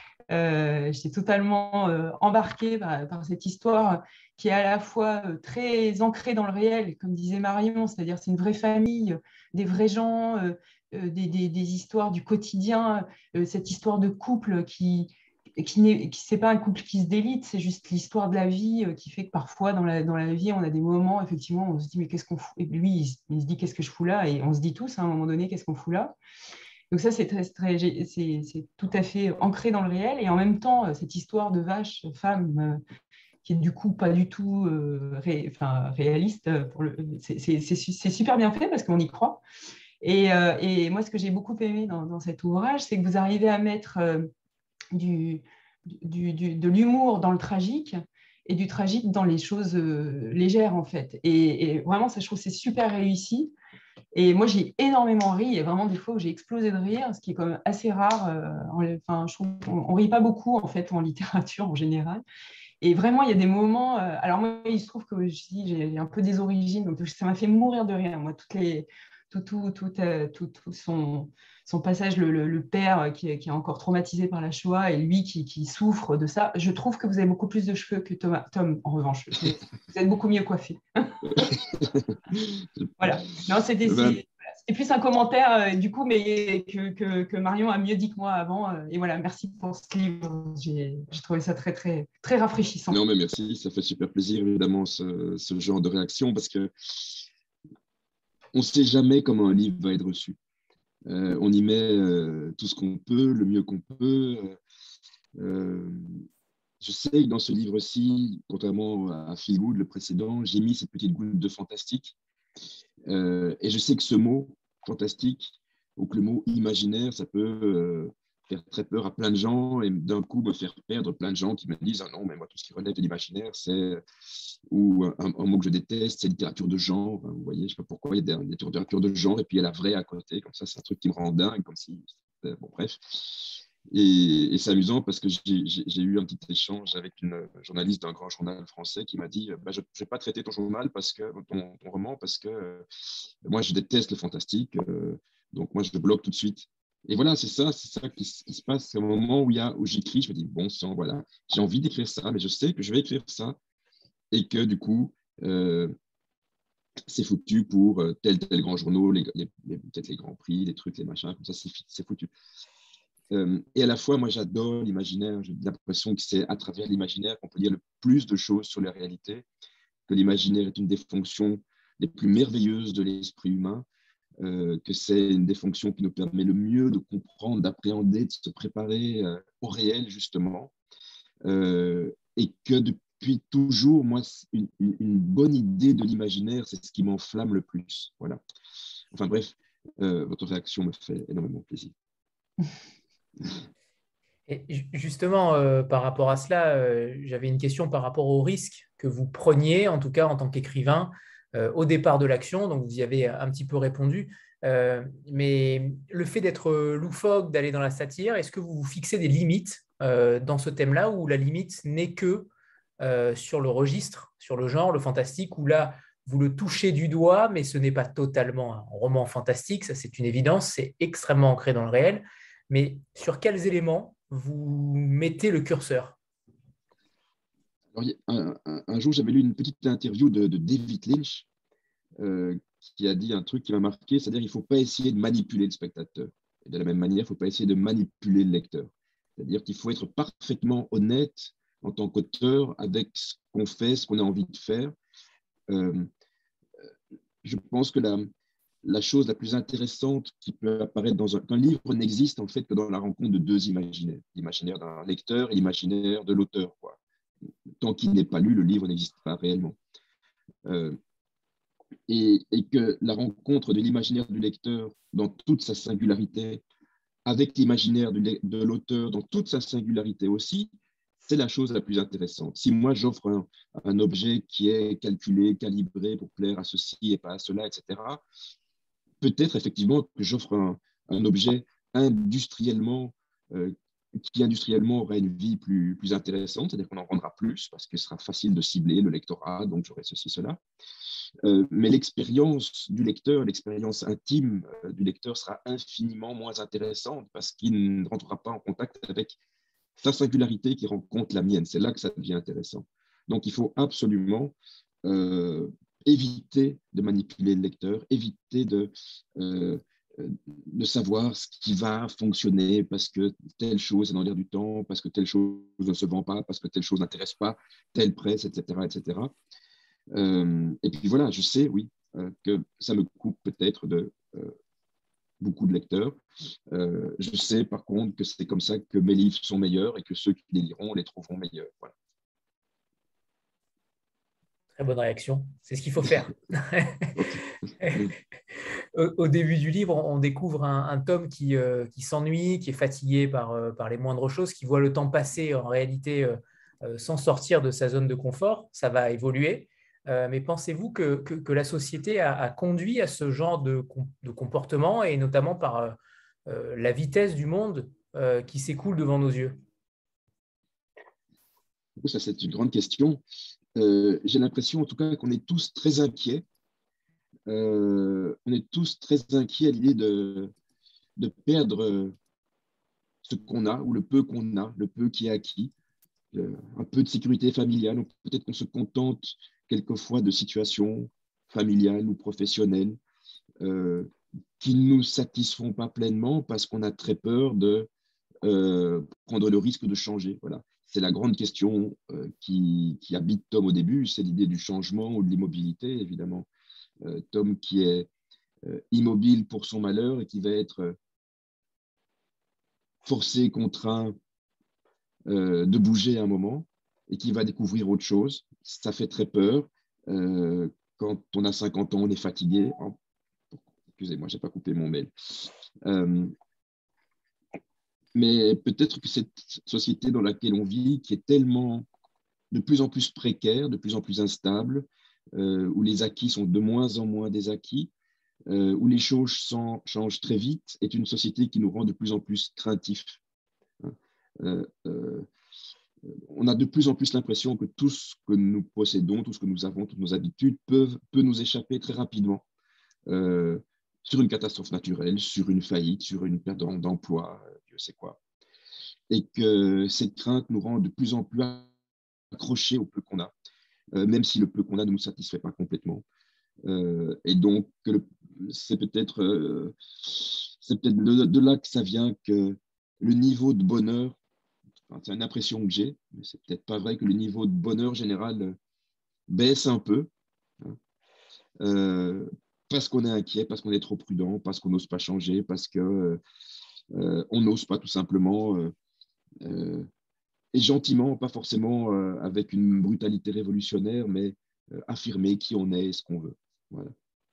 Euh, j'étais totalement euh, embarquée par, par cette histoire qui est à la fois euh, très ancrée dans le réel, comme disait Marion, c'est-à-dire c'est une vraie famille, des vrais gens... Euh, Euh, des, des, des histoires du quotidien, euh, cette histoire de couple qui, qui n'est qui, c'est pas un couple qui se délite, c'est juste l'histoire de la vie euh, qui fait que parfois dans la, dans la vie, on a des moments, effectivement, on se dit mais qu'est-ce qu'on fout ? Et lui, il, il se dit qu'est-ce que je fous là ? Et on se dit tous à un moment donné qu'est-ce qu'on fout là ? Donc ça, c'est, très, très, c'est, c'est tout à fait ancré dans le réel. Et en même temps, cette histoire de vache, femme, euh, qui est du coup pas du tout euh, ré, enfin, réaliste, pour le, c'est, c'est, c'est, c'est super bien fait parce qu'on y croit. Et, euh, et moi, ce que j'ai beaucoup aimé dans, dans cet ouvrage, c'est que vous arrivez à mettre euh, du, du, du, de l'humour dans le tragique et du tragique dans les choses euh, légères, en fait. Et, et vraiment, ça, je trouve que c'est super réussi. Et moi, j'ai énormément ri. Il y a vraiment des fois où j'ai explosé de rire, ce qui est quand même assez rare. Euh, enfin, je trouve qu'on ne rit pas beaucoup, en fait, en littérature en général. Et vraiment, il y a des moments... Euh, alors moi, il se trouve que je dis, j'ai un peu des origines, donc ça m'a fait mourir de rire. Moi, toutes les... Tout, tout, tout, euh, tout, tout son, son passage, le, le, le père qui est, qui est encore traumatisé par la Shoah et lui qui, qui souffre de ça. Je trouve que vous avez beaucoup plus de cheveux que Thomas. Tom, en revanche. Vous êtes beaucoup mieux coiffé. Voilà. Non, c'était, ben, c'était c'est plus un commentaire, euh, du coup, mais que, que, que Marion a mieux dit que moi avant. Euh, et voilà, merci pour ce livre. J'ai j'ai trouvé ça très, très, très rafraîchissant. Non, mais merci, ça fait super plaisir, évidemment, ce, ce genre de réaction, parce que on ne sait jamais comment un livre va être reçu. Euh, on y met euh, tout ce qu'on peut, le mieux qu'on peut. Euh, je sais que dans ce livre-ci, contrairement à Feel Good, le précédent, j'ai mis cette petite goutte de fantastique. Euh, et je sais que ce mot, fantastique, ou que le mot imaginaire, ça peut euh, faire très peur à plein de gens et d'un coup me faire perdre plein de gens qui me disent « Ah non, mais moi, tout ce qui relève de l'imaginaire, c'est… » ou un, un mot que je déteste, c'est littérature de genre. Enfin, vous voyez, je ne sais pas pourquoi il y a des littératures de genre et puis il y a la vraie à côté. Comme ça, c'est un truc qui me rend dingue, comme si… Bon, bref. Et, et c'est amusant parce que j'ai eu un petit échange avec une journaliste d'un grand journal français qui m'a dit bah, « Je ne vais pas traiter ton journal, parce que, ton, ton roman, parce que euh, moi, je déteste le fantastique, euh, donc moi, je le bloque tout de suite. » Et voilà, c'est ça, c'est ça qui, qui se passe. C'est un moment où, où j'écris, je me dis « Bon sang, voilà, j'ai envie d'écrire ça, mais je sais que je vais écrire ça. » Et que du coup, euh, c'est foutu pour euh, tel, tel grand journaux, les, les, les, peut-être les grands prix, les trucs, les machins, comme ça, c'est foutu. Euh, et à la fois, moi, j'adore l'imaginaire. J'ai l'impression que c'est à travers l'imaginaire qu'on peut dire le plus de choses sur la réalité, que l'imaginaire est une des fonctions les plus merveilleuses de l'esprit humain, euh, que c'est une des fonctions qui nous permet le mieux de comprendre, d'appréhender, de se préparer euh, au réel, justement. Euh, et que depuis toujours, moi, une, une bonne idée de l'imaginaire, c'est ce qui m'enflamme le plus. Voilà. Enfin bref, euh, votre réaction me fait énormément plaisir. Et justement, euh, par rapport à cela, euh, j'avais une question par rapport au risque que vous preniez, en tout cas en tant qu'écrivain, euh, au départ de l'action. Donc, vous y avez un petit peu répondu. Euh, mais le fait d'être loufoque, d'aller dans la satire, est-ce que vous vous fixez des limites euh, dans ce thème-là, où la limite n'est que euh, sur le registre, sur le genre, le fantastique, où là, vous le touchez du doigt, mais ce n'est pas totalement un roman fantastique, ça c'est une évidence, c'est extrêmement ancré dans le réel. Mais sur quels éléments vous mettez le curseur? Alors, un, un, un jour, j'avais lu une petite interview de, de David Lynch euh, qui a dit un truc qui m'a marqué, c'est-à-dire qu'il ne faut pas essayer de manipuler le spectateur. Et de la même manière, il ne faut pas essayer de manipuler le lecteur. C'est-à-dire qu'il faut être parfaitement honnête en tant qu'auteur avec ce qu'on fait, ce qu'on a envie de faire. Euh, je pense que la, la chose la plus intéressante qui peut apparaître dans un, qu'un livre n'existe en fait que dans la rencontre de deux imaginaires, l'imaginaire d'un lecteur et l'imaginaire de l'auteur. Tant qu'il n'est pas lu, le livre n'existe pas réellement. Euh, et, et que la rencontre de l'imaginaire du lecteur dans toute sa singularité avec l'imaginaire de l'auteur dans toute sa singularité aussi, c'est la chose la plus intéressante. Si moi j'offre un, un objet qui est calculé, calibré pour plaire à ceci et pas à cela, et cetera, peut-être effectivement que j'offre un, un objet industriellement, euh, qui industriellement aura une vie plus, plus intéressante, c'est-à-dire qu'on en vendra plus parce que ce sera facile de cibler le lectorat, donc j'aurai ceci, cela. Euh, mais l'expérience du lecteur, l'expérience intime euh, du lecteur sera infiniment moins intéressante parce qu'il ne rentrera pas en contact avec sa singularité qui rencontre la mienne. C'est là que ça devient intéressant. Donc, il faut absolument euh, éviter de manipuler le lecteur, éviter de, euh, de savoir ce qui va fonctionner parce que telle chose est dans l'air du temps, parce que telle chose ne se vend pas, parce que telle chose n'intéresse pas telle presse, et cetera, et cetera. Euh, et puis voilà, je sais, oui, euh, que ça me coupe peut-être de euh, beaucoup de lecteurs. Euh, je sais par contre que c'est comme ça que mes livres sont meilleurs et que ceux qui les liront les trouveront meilleurs. Voilà. Très bonne réaction, c'est ce qu'il faut faire. au, au début du livre, on découvre un, un Tom qui, euh, qui s'ennuie, qui est fatigué par, euh, par les moindres choses, qui voit le temps passer en réalité euh, euh, sans sortir de sa zone de confort. Ça va évoluer. Euh, mais pensez-vous que, que, que la société a, a conduit à ce genre de, de comportement, et notamment par euh, euh, la vitesse du monde euh, qui s'écoule devant nos yeux? Ça, c'est une grande question. Euh, j'ai l'impression, en tout cas, qu'on est tous très inquiets. Euh, on est tous très inquiets à l'idée de, de perdre ce qu'on a ou le peu qu'on a, le peu qui est acquis, euh, un peu de sécurité familiale. Peut-être qu'on se contente quelquefois de situations familiales ou professionnelles, euh, qui ne nous satisfont pas pleinement parce qu'on a très peur de euh, prendre le risque de changer. Voilà. C'est la grande question euh, qui, qui habite Tom au début, c'est l'idée du changement ou de l'immobilité, évidemment. Euh, Tom qui est euh, immobile pour son malheur et qui va être forcé, contraint euh, de bouger à un moment et qui va découvrir autre chose. Ça fait très peur. Euh, quand on a cinquante ans, on est fatigué. Oh, excusez-moi, je n'ai pas coupé mon mail. Euh, mais peut-être que cette société dans laquelle on vit, qui est tellement de plus en plus précaire, de plus en plus instable, euh, où les acquis sont de moins en moins des acquis, euh, où les choses sont, changent très vite, est une société qui nous rend de plus en plus craintifs. Euh, euh, on a de plus en plus l'impression que tout ce que nous possédons, tout ce que nous avons, toutes nos habitudes peuvent, peut nous échapper très rapidement euh, sur une catastrophe naturelle, sur une faillite, sur une perte d'emploi, euh, Dieu sait quoi. Et que cette crainte nous rend de plus en plus accrochés au peu qu'on a, euh, même si le peu qu'on a ne nous satisfait pas complètement. Euh, et donc, c'est peut-être euh, c'est peut-être de, de là que ça vient que le niveau de bonheur, enfin, c'est une impression que j'ai, mais c'est peut-être pas vrai que le niveau de bonheur général baisse un peu, hein, euh, parce qu'on est inquiet, parce qu'on est trop prudent, parce qu'on n'ose pas changer, parce qu'on euh, n'ose pas tout simplement, euh, euh, et gentiment, pas forcément euh, avec une brutalité révolutionnaire, mais euh, affirmer qui on est et ce qu'on veut. Voilà.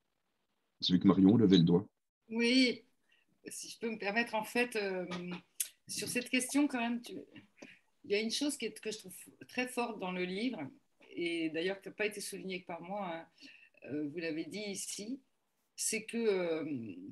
J'ai vu que Marion levait le doigt. Oui, si je peux me permettre, en fait, euh, sur cette question, quand même, tu... il y a une chose qui est, que je trouve très forte dans le livre, et d'ailleurs qui n'a pas été soulignée que par moi, hein, euh, vous l'avez dit ici, c'est que euh,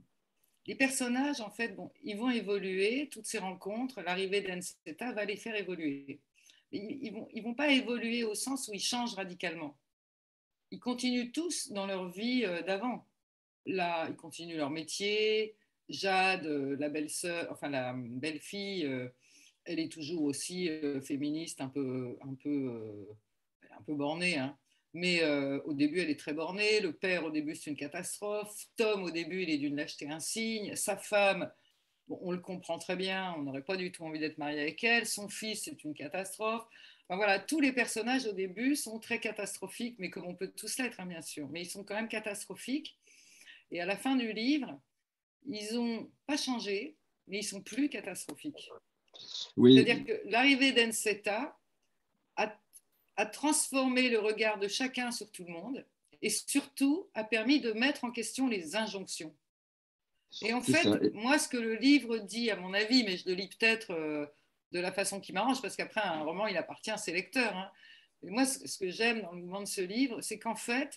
les personnages, en fait, bon, ils vont évoluer, toutes ces rencontres, l'arrivée d'Anseta va les faire évoluer. Ils ne vont, ils vont pas évoluer au sens où ils changent radicalement. Ils continuent tous dans leur vie euh, d'avant. Là, ils continuent leur métier. Jade, euh, la belle-sœur, enfin la belle-fille, euh, elle est toujours aussi euh, féministe, un peu, un peu, euh, un peu bornée, hein. Mais euh, au début, elle est très bornée. Le père, au début, c'est une catastrophe. Tom, au début, il est d'une lâcheté insigne. Sa femme, bon, on le comprend très bien, on n'aurait pas du tout envie d'être marié avec elle. Son fils, c'est une catastrophe. Enfin, voilà, tous les personnages au début sont très catastrophiques, mais comme on peut tous l'être, hein, bien sûr. Mais ils sont quand même catastrophiques. Et à la fin du livre, ils n'ont pas changé, mais ils sont plus catastrophiques. Oui. C'est-à-dire que l'arrivée d'Enseta a, a transformé le regard de chacun sur tout le monde et surtout a permis de mettre en question les injonctions. Et en fait, ça. moi, ce que le livre dit, à mon avis, mais je le lis peut-être euh, de la façon qui m'arrange, parce qu'après, un roman, il appartient à ses lecteurs, hein. Et moi, ce que j'aime dans le mouvement de ce livre, c'est qu'en fait,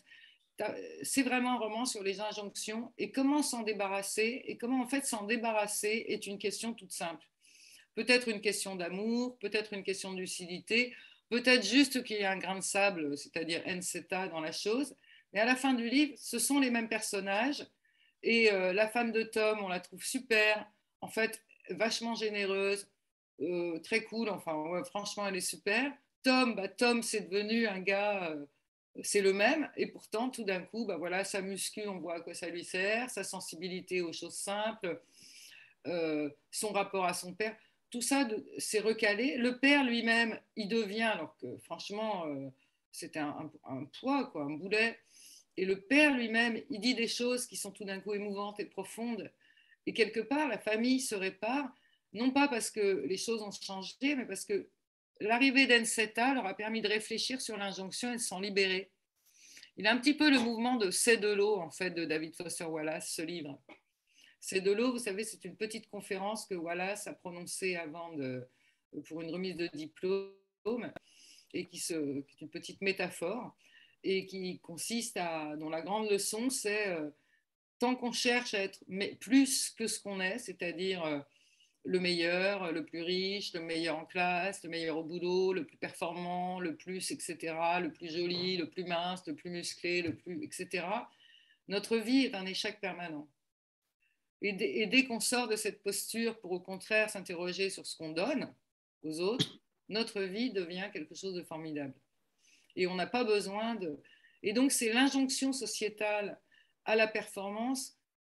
c'est vraiment un roman sur les injonctions et comment s'en débarrasser. Et comment, en fait, s'en débarrasser est une question toute simple. Peut-être une question d'amour, peut-être une question de lucidité, peut-être juste qu'il y a un grain de sable, c'est-à-dire Enseta dans la chose. Mais à la fin du livre, ce sont les mêmes personnages. Et euh, la femme de Tom, on la trouve super, en fait, vachement généreuse, euh, très cool, enfin, ouais, franchement, elle est super. Tom, bah, Tom, c'est devenu un gars, euh, c'est le même, et pourtant, tout d'un coup, bah, voilà, sa muscu, on voit à quoi ça lui sert, sa sensibilité aux choses simples, euh, son rapport à son père, tout ça s'est recalé. Le père lui-même, il devient, alors que franchement, euh, c'était un, un, un poids, quoi, un boulet. Et le père lui-même, il dit des choses qui sont tout d'un coup émouvantes et profondes. Et quelque part, la famille se répare, non pas parce que les choses ont changé, mais parce que l'arrivée d'Enseta leur a permis de réfléchir sur l'injonction et de s'en libérer. Il a un petit peu le mouvement de C'est de l'eau, en fait, de David Foster Wallace, ce livre. C'est de l'eau, vous savez, c'est une petite conférence que Wallace a prononcée avant de, pour une remise de diplôme, et qui, se, qui est une petite métaphore, et qui consiste à, dont la grande leçon, c'est euh, tant qu'on cherche à être plus que ce qu'on est, c'est-à-dire euh, le meilleur, le plus riche, le meilleur en classe, le meilleur au boulot, le plus performant, le plus, et cetera, le plus joli, le plus mince, le plus musclé, le plus, et cetera. Notre vie est un échec permanent. Et dès, et dès qu'on sort de cette posture pour au contraire s'interroger sur ce qu'on donne aux autres, notre vie devient quelque chose de formidable. Et on n'a pas besoin de... Et donc c'est l'injonction sociétale à la performance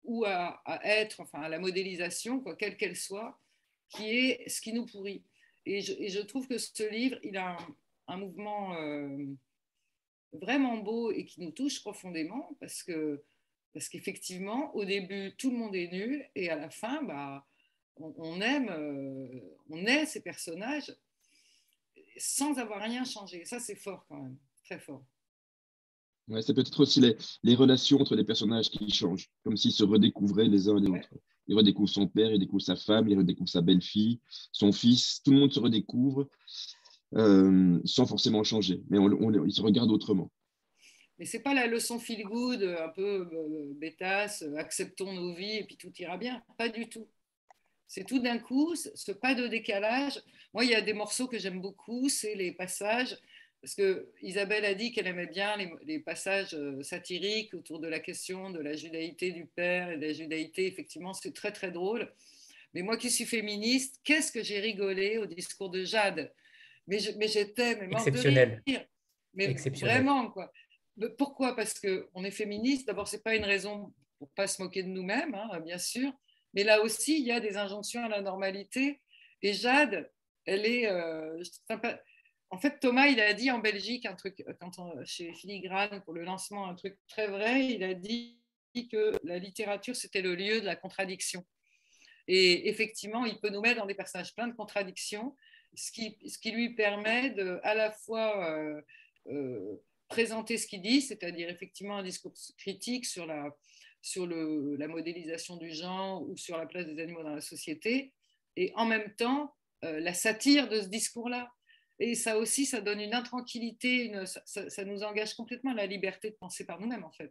ou à, à être, enfin à la modélisation, quoi, quelle qu'elle soit, qui est ce qui nous pourrit. Et je, et je trouve que ce livre, il a un, un mouvement euh, vraiment beau et qui nous touche profondément parce que parce qu'effectivement, au début, tout le monde est nul et à la fin, bah, on, on aime, euh, on est ces personnages sans avoir rien changé. Ça, c'est fort quand même, très fort. Ouais, c'est peut-être aussi les, les relations entre les personnages qui changent, comme s'ils se redécouvraient les uns les Ouais. autres. Il redécouvre son père, il découvre sa femme, il redécouvre sa belle-fille, son fils, tout le monde se redécouvre euh, sans forcément changer, mais on, on, ils se regardent autrement. Mais c'est pas la leçon feel good, un peu euh, bêtasse, euh, acceptons nos vies et puis tout ira bien. Pas du tout. C'est tout d'un coup, ce pas de décalage. Moi, il y a des morceaux que j'aime beaucoup, c'est les passages, parce que Isabelle a dit qu'elle aimait bien les, les passages euh, satiriques autour de la question de la judaïté du père et de la judaïté. Effectivement, c'est très très drôle. Mais moi qui suis féministe, qu'est-ce que j'ai rigolé au discours de Jade. Mais, je, mais j'étais mais morte de Exceptionnel. rire. Mais Exceptionnel. vraiment, quoi. Pourquoi? Parce qu'on est féministe. D'abord, ce n'est pas une raison pour ne pas se moquer de nous-mêmes, hein, bien sûr. Mais là aussi, il y a des injonctions à la normalité. Et Jade, elle est... Euh, en fait, Thomas, il a dit en Belgique, un truc, quand on, chez Filigrane, pour le lancement, un truc très vrai, il a dit que la littérature, c'était le lieu de la contradiction. Et effectivement, il peut nous mettre dans des personnages pleins de contradictions, ce qui, ce qui lui permet de, à la fois euh, euh, présenter ce qu'il dit, c'est-à-dire effectivement un discours critique sur, la, sur le, la modélisation du genre ou sur la place des animaux dans la société, et en même temps euh, la satire de ce discours-là. Et ça aussi, ça donne une intranquillité, une, ça, ça, ça nous engage complètement à la liberté de penser par nous-mêmes, en fait.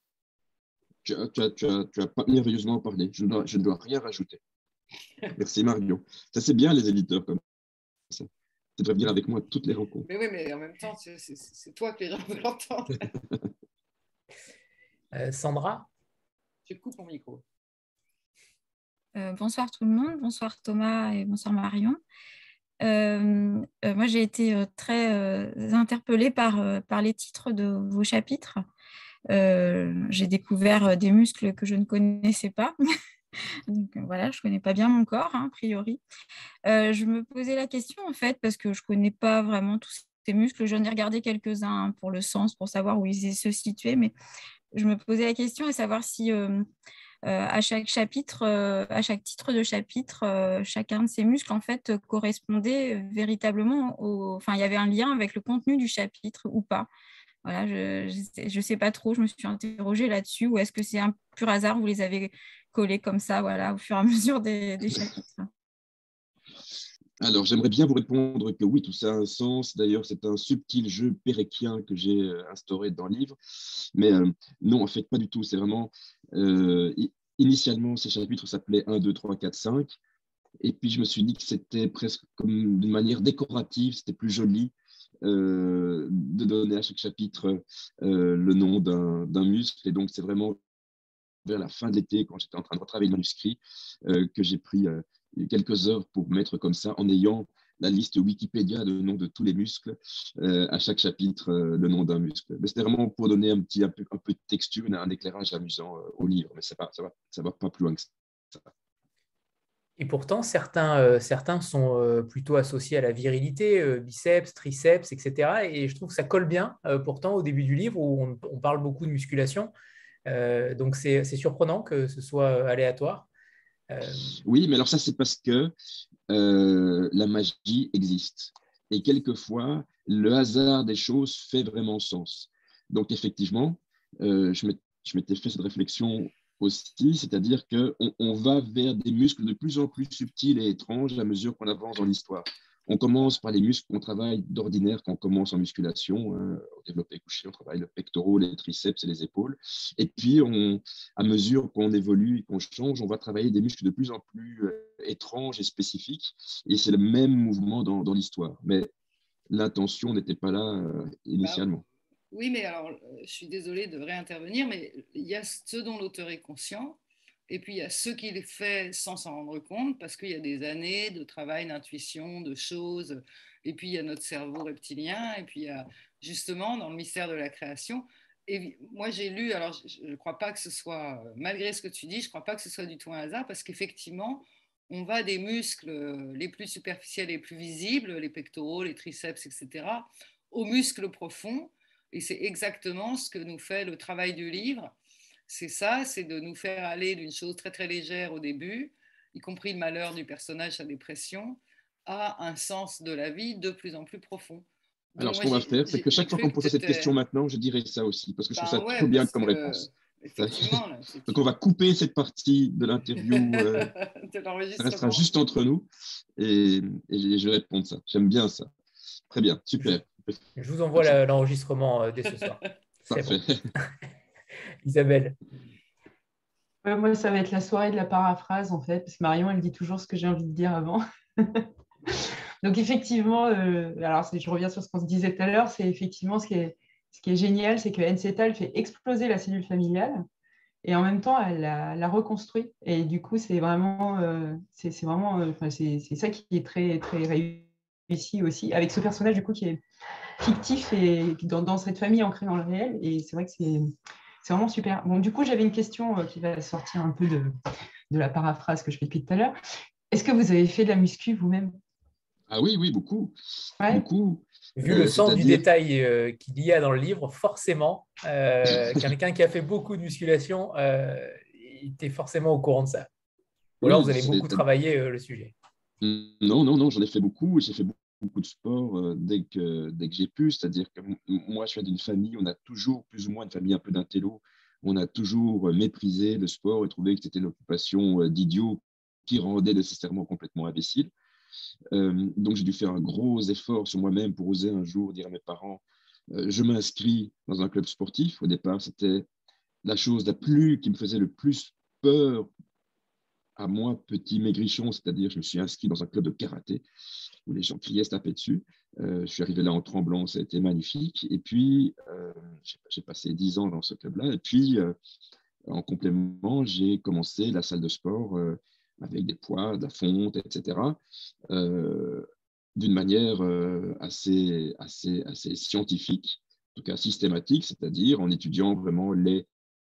Tu as, tu, as, tu, as, tu as merveilleusement parlé. Je ne dois, je ne dois rien rajouter. Merci Marion. Ça, c'est bien les éditeurs comme ça. Tu devrais venir avec moi à toutes les rencontres. Mais oui, mais en même temps, c'est, c'est, c'est toi que les gens veulent entendre. euh, Sandra? Je coupe mon micro. Euh, bonsoir tout le monde. Bonsoir Thomas et bonsoir Marion. Euh, euh, moi, j'ai été euh, très euh, interpellée par, euh, par les titres de vos chapitres. Euh, j'ai découvert des muscles que je ne connaissais pas. Donc voilà, je ne connais pas bien mon corps, hein, a priori. Euh, je me posais la question, en fait, parce que je ne connais pas vraiment tous ces muscles. J'en ai regardé quelques-uns hein, pour le sens, pour savoir où ils se situaient, mais je me posais la question à savoir si euh, euh, à chaque chapitre, euh, à chaque titre de chapitre, euh, chacun de ces muscles, en fait, correspondait véritablement au... Enfin, il y avait un lien avec le contenu du chapitre ou pas. Voilà, je ne sais pas trop, je me suis interrogée là-dessus, ou est-ce que c'est un pur hasard, vous les avez collés comme ça, voilà, au fur et à mesure des, des chapitres? Alors, j'aimerais bien vous répondre que oui, tout ça a un sens. D'ailleurs, c'est un subtil jeu péréquien que j'ai instauré dans le livre. Mais euh, non, en fait, pas du tout. C'est vraiment... Euh, initialement, ces chapitres s'appelaient un, deux, trois, quatre, cinq. Et puis, je me suis dit que c'était presque comme d'une manière décorative, c'était plus joli euh, de donner à chaque chapitre euh, le nom d'un muscle. Et donc, c'est vraiment vers la fin de l'été, quand j'étais en train de retravailler le manuscrit, euh, que j'ai pris euh, quelques heures pour mettre comme ça, en ayant la liste Wikipédia de nom de tous les muscles, euh, à chaque chapitre, euh, le nom d'un muscle. Mais c'était vraiment pour donner un, petit, un, peu, un peu de texture, un éclairage amusant euh, au livre, mais ça ne va, ça va, ça va pas plus loin que ça. Et pourtant, certains, euh, certains sont euh, plutôt associés à la virilité, euh, biceps, triceps, et cetera. Et je trouve que ça colle bien, euh, pourtant, au début du livre où on, on parle beaucoup de musculation. Euh, donc, c'est surprenant que ce soit aléatoire. Euh... Oui, mais alors ça, c'est parce que euh, la magie existe. Et quelquefois, le hasard des choses fait vraiment sens. Donc, effectivement, euh, je m'étais fait cette réflexion aussi, c'est-à-dire qu'on on va vers des muscles de plus en plus subtils et étranges à mesure qu'on avance dans l'histoire. On commence par les muscles qu'on travaille d'ordinaire quand on commence en musculation. Hein, au développé couché, on travaille le pectoral, les triceps et les épaules. Et puis, on, à mesure qu'on évolue et qu'on change, on va travailler des muscles de plus en plus euh, étranges et spécifiques. Et c'est le même mouvement dans, dans l'histoire. Mais l'intention n'était pas là euh, initialement. Bah, oui, mais alors, je suis désolée de réintervenir, mais il y a ceux dont l'auteur est conscient. Et puis, il y a ceux qui les fait sans s'en rendre compte, parce qu'il y a des années de travail, d'intuition, de choses. Et puis, il y a notre cerveau reptilien. Et puis, il y a justement, dans le mystère de la création, et moi, j'ai lu, alors je ne crois pas que ce soit, malgré ce que tu dis, je ne crois pas que ce soit du tout un hasard, parce qu'effectivement, on va des muscles les plus superficiels, les plus visibles, les pectoraux, les triceps, et cetera, aux muscles profonds. Et c'est exactement ce que nous fait le travail du livre. C'est ça, c'est de nous faire aller d'une chose très, très légère au début, y compris le malheur du personnage, sa dépression, à un sens de la vie de plus en plus profond. Alors, ce qu'on va faire, c'est que chaque fois qu'on me pose cette question maintenant, je dirais ça aussi, parce que je trouve ça ouais, trop bien comme que, réponse. Effectivement. Là, donc, on va couper cette partie de l'interview. Euh, ça restera juste entre nous et, et je vais répondre ça. J'aime bien ça. Très bien, super. Je, je vous envoie l'enregistrement euh, dès ce soir. Parfait. Bon. Isabelle. Ouais, moi, ça va être la soirée de la paraphrase, en fait, parce que Marion, elle dit toujours ce que j'ai envie de dire avant. Donc, effectivement, euh, alors je reviens sur ce qu'on se disait tout à l'heure, c'est effectivement ce qui est, ce qui est génial, c'est que Nceta, elle fait exploser la cellule familiale et en même temps, elle la, la reconstruit. Et du coup, c'est vraiment, euh, c'est, c'est vraiment, euh, c'est, c'est ça qui est très, très réussi aussi, avec ce personnage, du coup, qui est fictif et dans, dans cette famille ancrée dans le réel. Et c'est vrai que c'est, c'est vraiment super. Bon, du coup, j'avais une question euh, qui va sortir un peu de, de la paraphrase que je fais depuis tout à l'heure. Est-ce que vous avez fait de la muscu vous-même? Ah oui, oui, beaucoup. Ouais. beaucoup. Vu euh, le sens du détail euh, qu'il y a dans le livre, forcément, euh, quelqu'un qui a fait beaucoup de musculation, euh, il était forcément au courant de ça. Ou oui, alors vous avez beaucoup travaillé euh, le sujet. Non, non, non, j'en ai fait beaucoup. J'ai fait beaucoup, beaucoup de sport euh, dès que, dès que j'ai pu. C'est-à-dire que moi, je suis d'une famille, on a toujours, plus ou moins, une famille un peu d'intello. On a toujours méprisé le sport et trouvé que c'était une occupation euh, d'idiot qui rendait nécessairement complètement imbécile. Euh, donc, j'ai dû faire un gros effort sur moi-même pour oser un jour dire à mes parents euh, je m'inscris dans un club sportif. Au départ, c'était la chose la plus, qui me faisait le plus peur à moi, petit maigrichon, c'est-à-dire je me suis inscrit dans un club de karaté où les gens criaient, se tapaient dessus. Euh, je suis arrivé là en tremblant, ça a été magnifique. Et puis, euh, j'ai passé dix ans dans ce club-là. Et puis, euh, en complément, j'ai commencé la salle de sport euh, avec des poids, de la fonte, et cetera, euh, d'une manière euh, assez, assez, assez scientifique, en tout cas systématique, c'est-à-dire en étudiant vraiment les,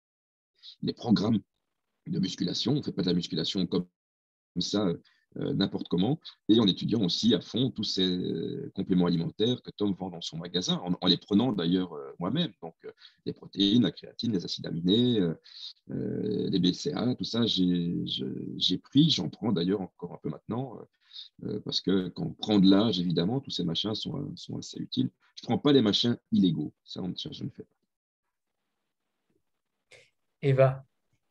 les programmes de musculation. On ne fait pas de la musculation comme ça, euh, n'importe comment, et en étudiant aussi à fond tous ces euh, compléments alimentaires que Tom vend dans son magasin, en, en les prenant d'ailleurs euh, moi-même. Donc, euh, les protéines, la créatine, les acides aminés, euh, euh, les B C A, tout ça, j'ai pris, j'en prends d'ailleurs encore un peu maintenant, euh, parce que quand on prend de l'âge, évidemment, tous ces machins sont, sont assez utiles. Je ne prends pas les machins illégaux, ça, je ne fais pas. Eva.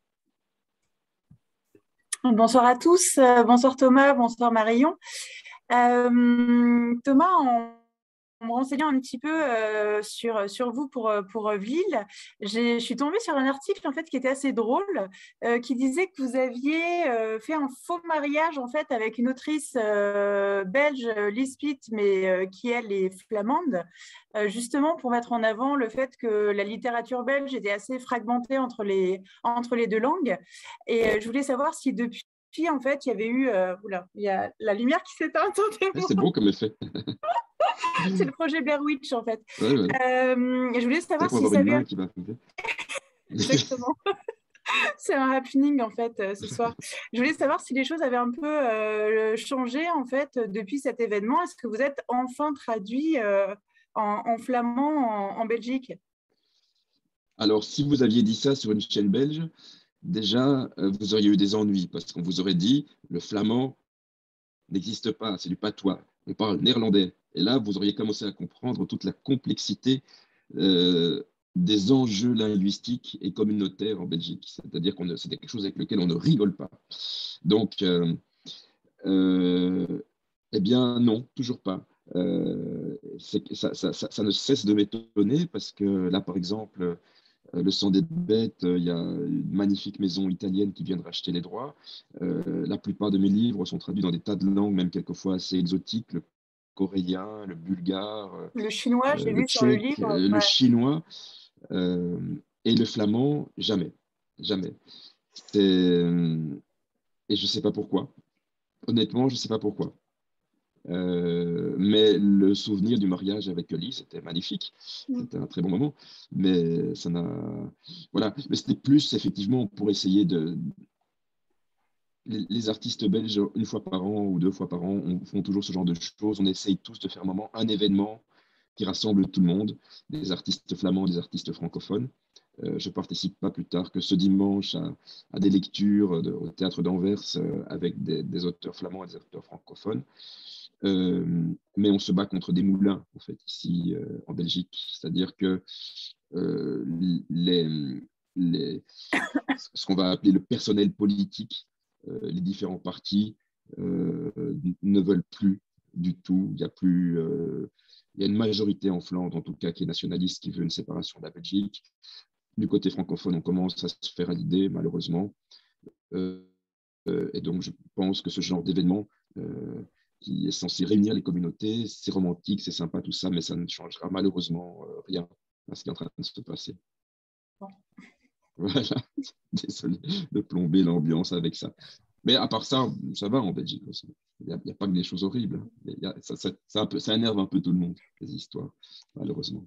Bonsoir à tous, bonsoir Thomas, bonsoir Marion. Euh, Thomas, en, en me renseignant un petit peu euh, sur, sur vous pour, pour Ville, je suis tombée sur un article en fait, qui était assez drôle, euh, qui disait que vous aviez euh, fait un faux mariage en fait, avec une autrice euh, belge, Lise Pitt, mais euh, qui elle est flamande, euh, justement pour mettre en avant le fait que la littérature belge était assez fragmentée entre les, entre les deux langues. Et euh, je voulais savoir si depuis Puis, en fait, il y avait eu... Euh, oula, il y a la lumière qui s'éteint. C'est beau comme effet. C'est le projet Blair Witch, en fait. Ouais, ouais. Euh, je voulais savoir si ça avait... Qui va Exactement. C'est un happening, en fait, euh, ce soir. Je voulais savoir si les choses avaient un peu euh, changé, en fait, depuis cet événement. Est-ce que vous êtes enfin traduit euh, en, en flamand en, en Belgique? Alors, si vous aviez dit ça sur une chaîne belge, déjà, vous auriez eu des ennuis parce qu'on vous aurait dit le flamand n'existe pas, c'est du patois, on parle néerlandais. Et là, vous auriez commencé à comprendre toute la complexité euh, des enjeux linguistiques et communautaires en Belgique. C'est-à-dire que c'était quelque chose avec lequel on ne rigole pas. Donc, euh, euh, eh bien, non, toujours pas. Euh, ça, ça, ça, ça ne cesse de m'étonner parce que là, par exemple, Le sang des bêtes, il y a une magnifique maison italienne qui vient de racheter les droits. Euh, la plupart de mes livres sont traduits dans des tas de langues, même quelquefois assez exotiques, le coréen, le bulgare, le chinois, j'ai euh, vu le sur le tchèque, livre. euh, le ouais. chinois, euh, et le flamand, jamais, jamais. Et je ne sais pas pourquoi. Honnêtement, je ne sais pas pourquoi. Euh, mais le souvenir du mariage avec Ellie, c'était magnifique. C'était un très bon moment. Mais ça n'a. Voilà. Mais c'était plus, effectivement, pour essayer de. Les, les artistes belges, une fois par an ou deux fois par an, on, font toujours ce genre de choses. On essaye tous de faire un moment, un événement qui rassemble tout le monde, des artistes flamands, des artistes francophones. Euh, je participe pas plus tard que ce dimanche à, à des lectures de, au théâtre d'Anvers euh, avec des, des auteurs flamands et des auteurs francophones. Euh, mais on se bat contre des moulins, en fait, ici euh, en Belgique. C'est-à-dire que euh, les, les, ce qu'on va appeler le personnel politique, euh, les différents partis euh, ne veulent plus du tout. Il y a plus, euh, il y a une majorité en Flandre, en tout cas, qui est nationaliste, qui veut une séparation de la Belgique. Du côté francophone, on commence à se faire à l'idée, malheureusement. Euh, euh, et donc, je pense que ce genre d'événement euh, qui est censé réunir les communautés, c'est romantique, c'est sympa, tout ça, mais ça ne changera malheureusement euh, rien à ce qui est en train de se passer. Bon. Voilà, désolé de plomber l'ambiance avec ça. Mais à part ça, ça va en Belgique aussi. Il n'y a, a pas que des choses horribles. Il y a, ça, ça, ça, un peu, ça énerve un peu tout le monde, ces histoires, malheureusement.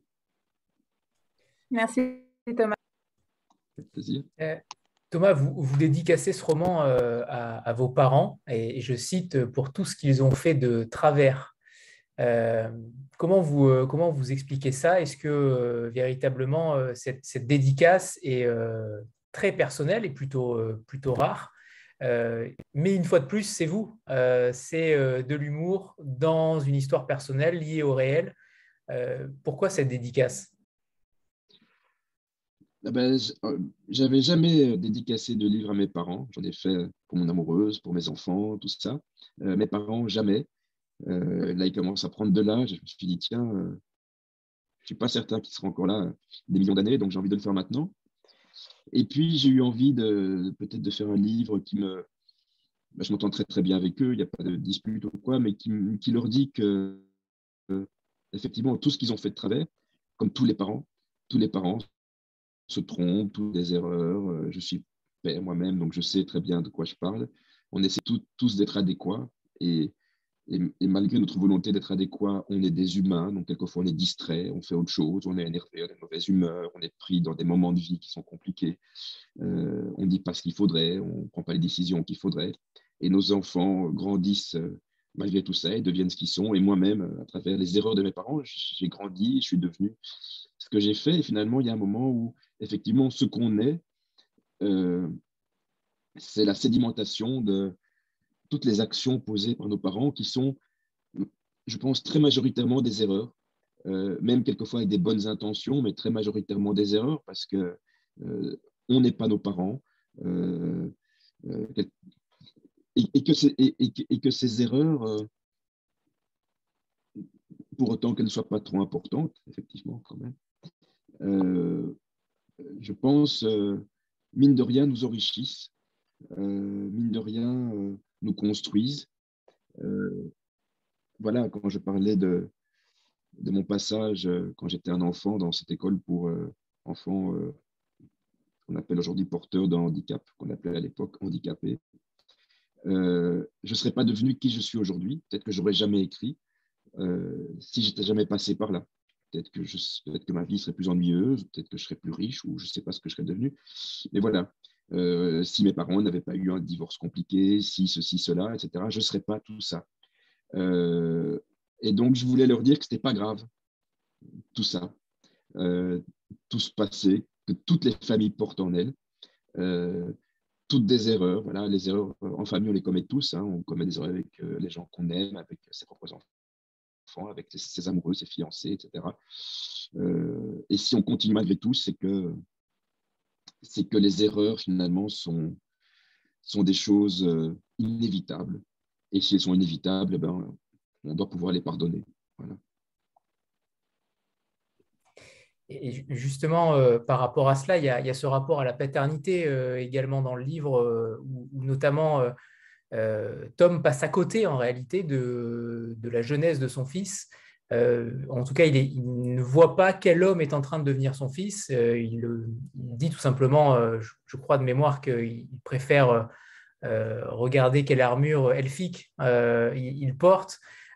Merci Thomas. Avec plaisir. Euh, Thomas, vous, vous dédicacez ce roman euh, à, à vos parents, et, et je cite, pour tout ce qu'ils ont fait de travers. Euh, comment, vous, euh, comment vous expliquez ça? Est-ce que euh, véritablement euh, cette, cette dédicace est euh, très personnelle et plutôt, euh, plutôt rare? Euh, mais une fois de plus, c'est vous. Euh, c'est euh, de l'humour dans une histoire personnelle liée au réel. Euh, pourquoi cette dédicace? Ah ben, j'avais jamais dédicacé de livre à mes parents. J'en ai fait pour mon amoureuse, pour mes enfants, tout ça. Euh, mes parents, jamais. Euh, là, ils commencent à prendre de l'âge. Je me suis dit, tiens, euh, je ne suis pas certain qu'ils seront encore là des millions d'années, donc j'ai envie de le faire maintenant. Et puis, j'ai eu envie de peut-être de faire un livre qui me... Ben, je m'entends très, très bien avec eux, il n'y a pas de dispute ou quoi, mais qui, qui leur dit que, euh, effectivement, tout ce qu'ils ont fait de travers, comme tous les parents, tous les parents se trompent, toutes des erreurs. Euh, je suis père moi-même, donc je sais très bien de quoi je parle. On essaie tout, tous d'être adéquats et, et, et malgré notre volonté d'être adéquats, on est des humains, donc quelquefois on est distrait, on fait autre chose, on est énervé, on est de mauvaise humeur, on est pris dans des moments de vie qui sont compliqués. Euh, on ne dit pas ce qu'il faudrait, on ne prend pas les décisions qu'il faudrait. Et nos enfants grandissent euh, malgré tout ça et deviennent ce qu'ils sont. Et moi-même, à travers les erreurs de mes parents, j'ai grandi, je suis devenu ce que j'ai fait. Et finalement, il y a un moment où, effectivement, ce qu'on est, euh, c'est la sédimentation de toutes les actions posées par nos parents qui sont, je pense, très majoritairement des erreurs, euh, même quelquefois avec des bonnes intentions, mais très majoritairement des erreurs parce que euh, on n'est pas nos parents. Euh, euh, et, et, que et, et, et que ces erreurs, euh, pour autant qu'elles ne soient pas trop importantes, effectivement, quand même, euh, je pense, euh, mine de rien, nous enrichissent, euh, mine de rien, euh, nous construisent. Euh, voilà, quand je parlais de, de mon passage, euh, quand j'étais un enfant dans cette école pour euh, enfants euh, qu'on appelle aujourd'hui porteurs de handicap, qu'on appelait à l'époque handicapés, euh, je ne serais pas devenu qui je suis aujourd'hui. Peut-être que je n'aurais jamais écrit euh, si je n'étais jamais passé par là. Peut-être que, je, peut-être que ma vie serait plus ennuyeuse, peut-être que je serais plus riche, ou je ne sais pas ce que je serais devenu. Mais voilà, euh, si mes parents n'avaient pas eu un divorce compliqué, si ceci, cela, et cetera, je ne serais pas tout ça. Euh, et donc, je voulais leur dire que ce n'était pas grave, tout ça, euh, tout ce passé, que toutes les familles portent en elles, euh, toutes des erreurs. Voilà, les erreurs en famille, on les commet tous. Hein, on commet des erreurs avec euh, les gens qu'on aime, avec ses propres enfants, avec ses, ses amoureux, ses fiancés, et cetera. Euh, et si on continue malgré tout, c'est que, c'est que les erreurs, finalement, sont, sont des choses euh, inévitables. Et si elles sont inévitables, eh ben, on doit pouvoir les pardonner. Voilà. Et justement, euh, par rapport à cela, il y a, il y a ce rapport à la paternité euh, également dans le livre, euh, où, où notamment euh, euh, Tom passe à côté en réalité de, de la jeunesse de son fils. Euh, en tout cas, il, est, il ne voit pas quel homme est en train de devenir son fils. Euh, il, il dit tout simplement, euh, je, je crois de mémoire, qu'il préfère euh, regarder quelle armure elfique euh, il, il porte.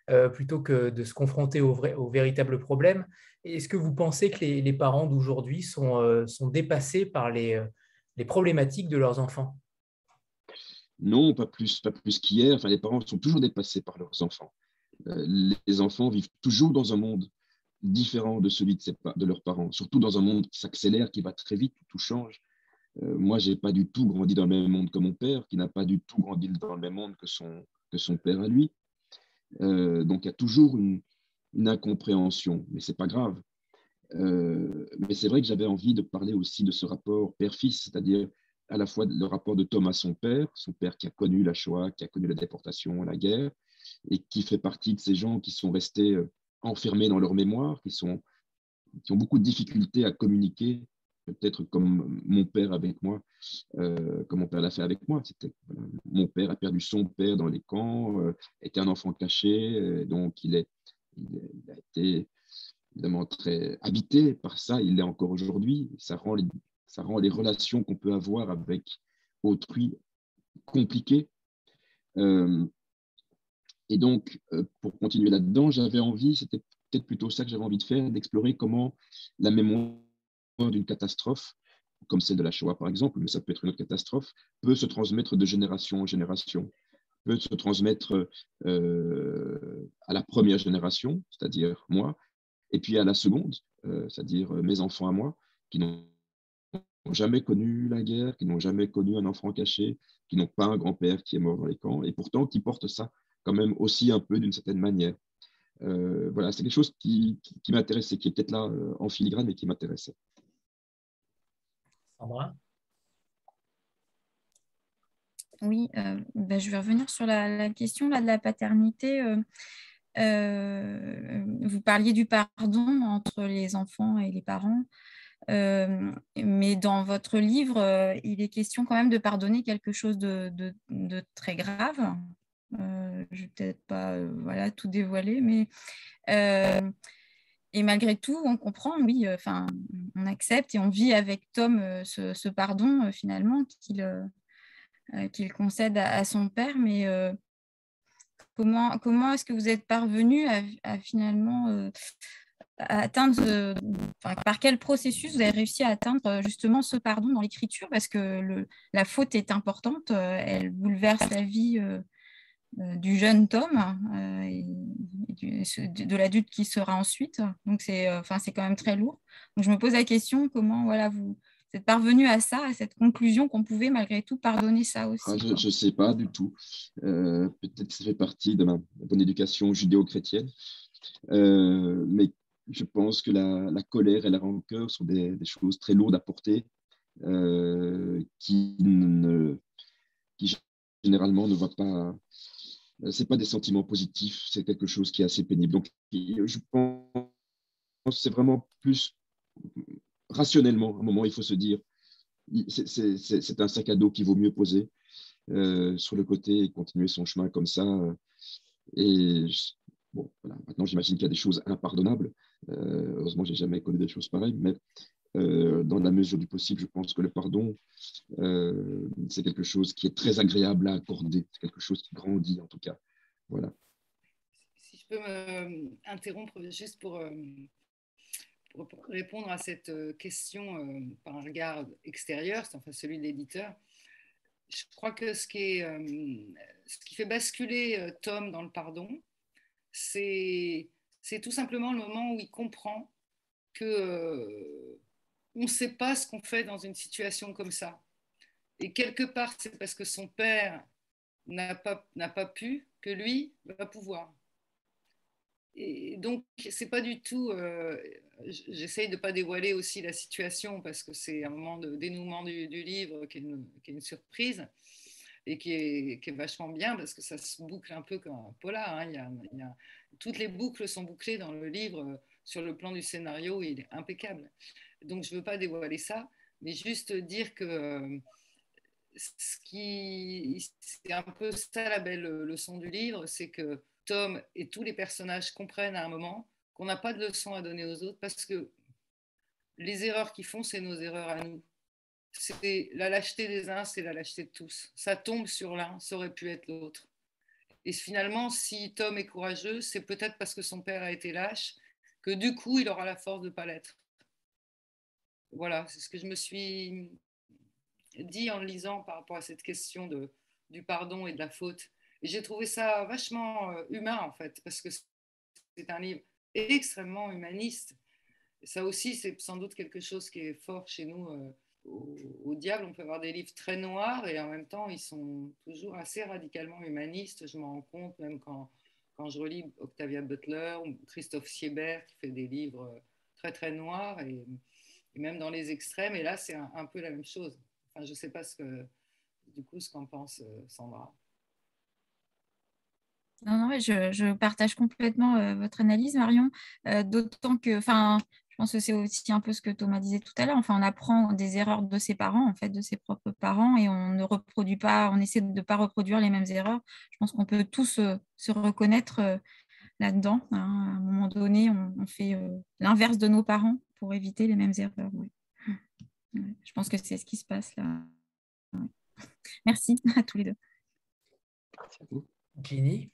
euh, plutôt que de se confronter au, vrai, au véritable problème. Est-ce que vous pensez que les, les parents d'aujourd'hui sont, euh, sont dépassés par les, euh, les problématiques de leurs enfants? Non, pas plus, pas plus qu'hier. Enfin, les parents sont toujours dépassés par leurs enfants. Euh, les enfants vivent toujours dans un monde différent de celui de, ses, de leurs parents, surtout dans un monde qui s'accélère, qui va très vite, où tout change. Euh, moi, je n'ai pas du tout grandi dans le même monde que mon père, qui n'a pas du tout grandi dans le même monde que son, que son père à lui. Euh, donc, il y a toujours une, une incompréhension, mais ce n'est pas grave. Euh, mais c'est vrai que j'avais envie de parler aussi de ce rapport père-fils, c'est-à-dire à la fois le rapport de Tom à son père, son père qui a connu la Shoah, qui a connu la déportation, la guerre, et qui fait partie de ces gens qui sont restés enfermés dans leur mémoire, qui, sont, qui ont beaucoup de difficultés à communiquer, peut-être comme mon père avec moi, euh, comme mon père l'a fait avec moi. C'était, voilà, mon père a perdu son père dans les camps, euh, était un enfant caché, euh, donc il, est, il, est, il a été évidemment très habité par ça, il l'est encore aujourd'hui. Ça rend les, ça rend les relations qu'on peut avoir avec autrui compliquées. Euh, et donc, euh, pour continuer là-dedans, j'avais envie, c'était peut-être plutôt ça que j'avais envie de faire, d'explorer comment la mémoire d'une catastrophe, comme celle de la Shoah par exemple, mais ça peut être une autre catastrophe, peut se transmettre de génération en génération, peut se transmettre euh, à la première génération, c'est-à-dire moi, et puis à la seconde, euh, c'est-à-dire mes enfants à moi, qui n'ont jamais connu la guerre, qui n'ont jamais connu un enfant caché, qui n'ont pas un grand-père qui est mort dans les camps, et pourtant qui portent ça quand même aussi un peu d'une certaine manière. Euh, voilà, c'est quelque chose qui, qui, qui m'intéressait, qui est peut-être là euh, en filigrane, mais qui m'intéressait. Sandra? Oui, euh, ben, je vais revenir sur la, la question là, de la paternité. Euh, euh, vous parliez du pardon entre les enfants et les parents. Euh, mais dans votre livre, euh, il est question quand même de pardonner quelque chose de, de, de très grave. Euh, je ne vais peut-être pas euh, voilà, tout dévoiler, mais euh, et malgré tout, on comprend, oui, enfin, euh, on accepte et on vit avec Tom euh, ce, ce pardon euh, finalement qu'il euh, qu'il concède à, à son père. Mais euh, comment, comment est-ce que vous êtes parvenu à, à finalement euh, à atteindre, euh, enfin, par quel processus vous avez réussi à atteindre justement ce pardon dans l'écriture, parce que le, la faute est importante, euh, elle bouleverse la vie euh, euh, du jeune Tom euh, et, et du, de l'adulte qui sera ensuite. Donc c'est, euh, enfin, c'est quand même très lourd. Donc je me pose la question, comment voilà, vous êtes parvenu à ça, à cette conclusion qu'on pouvait malgré tout pardonner ça aussi. Ah, je ne sais pas du tout. Euh, peut-être que ça fait partie de ma bonne éducation judéo-chrétienne. Euh, mais je pense que la, la colère et la rancœur sont des, des choses très lourdes à porter, euh, qui, ne, qui généralement ne va pas. C'est pas des sentiments positifs, c'est quelque chose qui est assez pénible. Donc, je pense que c'est vraiment plus rationnellement. À un moment, il faut se dire, c'est un sac à dos qu'il vaut mieux poser euh, sur le côté et continuer son chemin comme ça. Et bon, voilà. Maintenant, j'imagine qu'il y a des choses impardonnables. Euh, heureusement, j'ai jamais connu des choses pareilles, mais euh, dans la mesure du possible, je pense que le pardon, euh, c'est quelque chose qui est très agréable à accorder. C'est quelque chose qui grandit, en tout cas. Voilà. Si je peux m'interrompre juste pour, euh, pour, pour répondre à cette question euh, par un regard extérieur, enfin celui de l'éditeur. Je crois que ce qui, est, euh, ce qui fait basculer euh, Tom dans le pardon, c'est tout simplement le moment où il comprend qu'on euh, ne sait pas ce qu'on fait dans une situation comme ça. Et quelque part, c'est parce que son père n'a pas, n'a pas pu que lui va pouvoir. Et donc, c'est pas du tout. Euh, J'essaye de ne pas dévoiler aussi la situation parce que c'est un moment de dénouement du, du livre qui est, une, qui est une surprise et qui est, qui est vachement bien parce que ça se boucle un peu comme un polar. Hein. Il y a, il y a, toutes les boucles sont bouclées dans le livre. Sur le plan du scénario, il est impeccable. Donc, je ne veux pas dévoiler ça, mais juste dire que euh, ce qui, c'est un peu ça la belle leçon du livre, c'est que Tom et tous les personnages comprennent à un moment qu'on n'a pas de leçon à donner aux autres parce que les erreurs qu'ils font, c'est nos erreurs à nous. C'est la lâcheté des uns, c'est la lâcheté de tous. Ça tombe sur l'un, ça aurait pu être l'autre. Et finalement, si Tom est courageux, c'est peut-être parce que son père a été lâche, que du coup, il aura la force de ne pas l'être. Voilà, c'est ce que je me suis dit en lisant par rapport à cette question de, du pardon et de la faute. Et j'ai trouvé ça vachement humain, en fait, parce que c'est un livre extrêmement humaniste. Et ça aussi, c'est sans doute quelque chose qui est fort chez nous. Euh, au, au diable, on peut avoir des livres très noirs et en même temps, ils sont toujours assez radicalement humanistes. Je m'en rends compte, même quand, quand je relis Octavia Butler ou Christophe Siebert, qui fait des livres très, très noirs, et, et même dans les extrêmes. Et là, c'est un, un peu la même chose. Enfin, je ne sais pas ce que, du coup, ce qu'en pense Sandra. Non, non, je, je partage complètement euh, votre analyse, Marion, euh, d'autant que, enfin, je pense que c'est aussi un peu ce que Thomas disait tout à l'heure, enfin, on apprend des erreurs de ses parents, en fait, de ses propres parents, et on ne reproduit pas, on essaie de ne pas reproduire les mêmes erreurs. Je pense qu'on peut tous euh, se reconnaître euh, là-dedans, hein. À un moment donné, on, on fait euh, l'inverse de nos parents pour éviter les mêmes erreurs. Ouais. Ouais. Je pense que c'est ce qui se passe là. Ouais. Merci à tous les deux. Merci à vous. Ginny?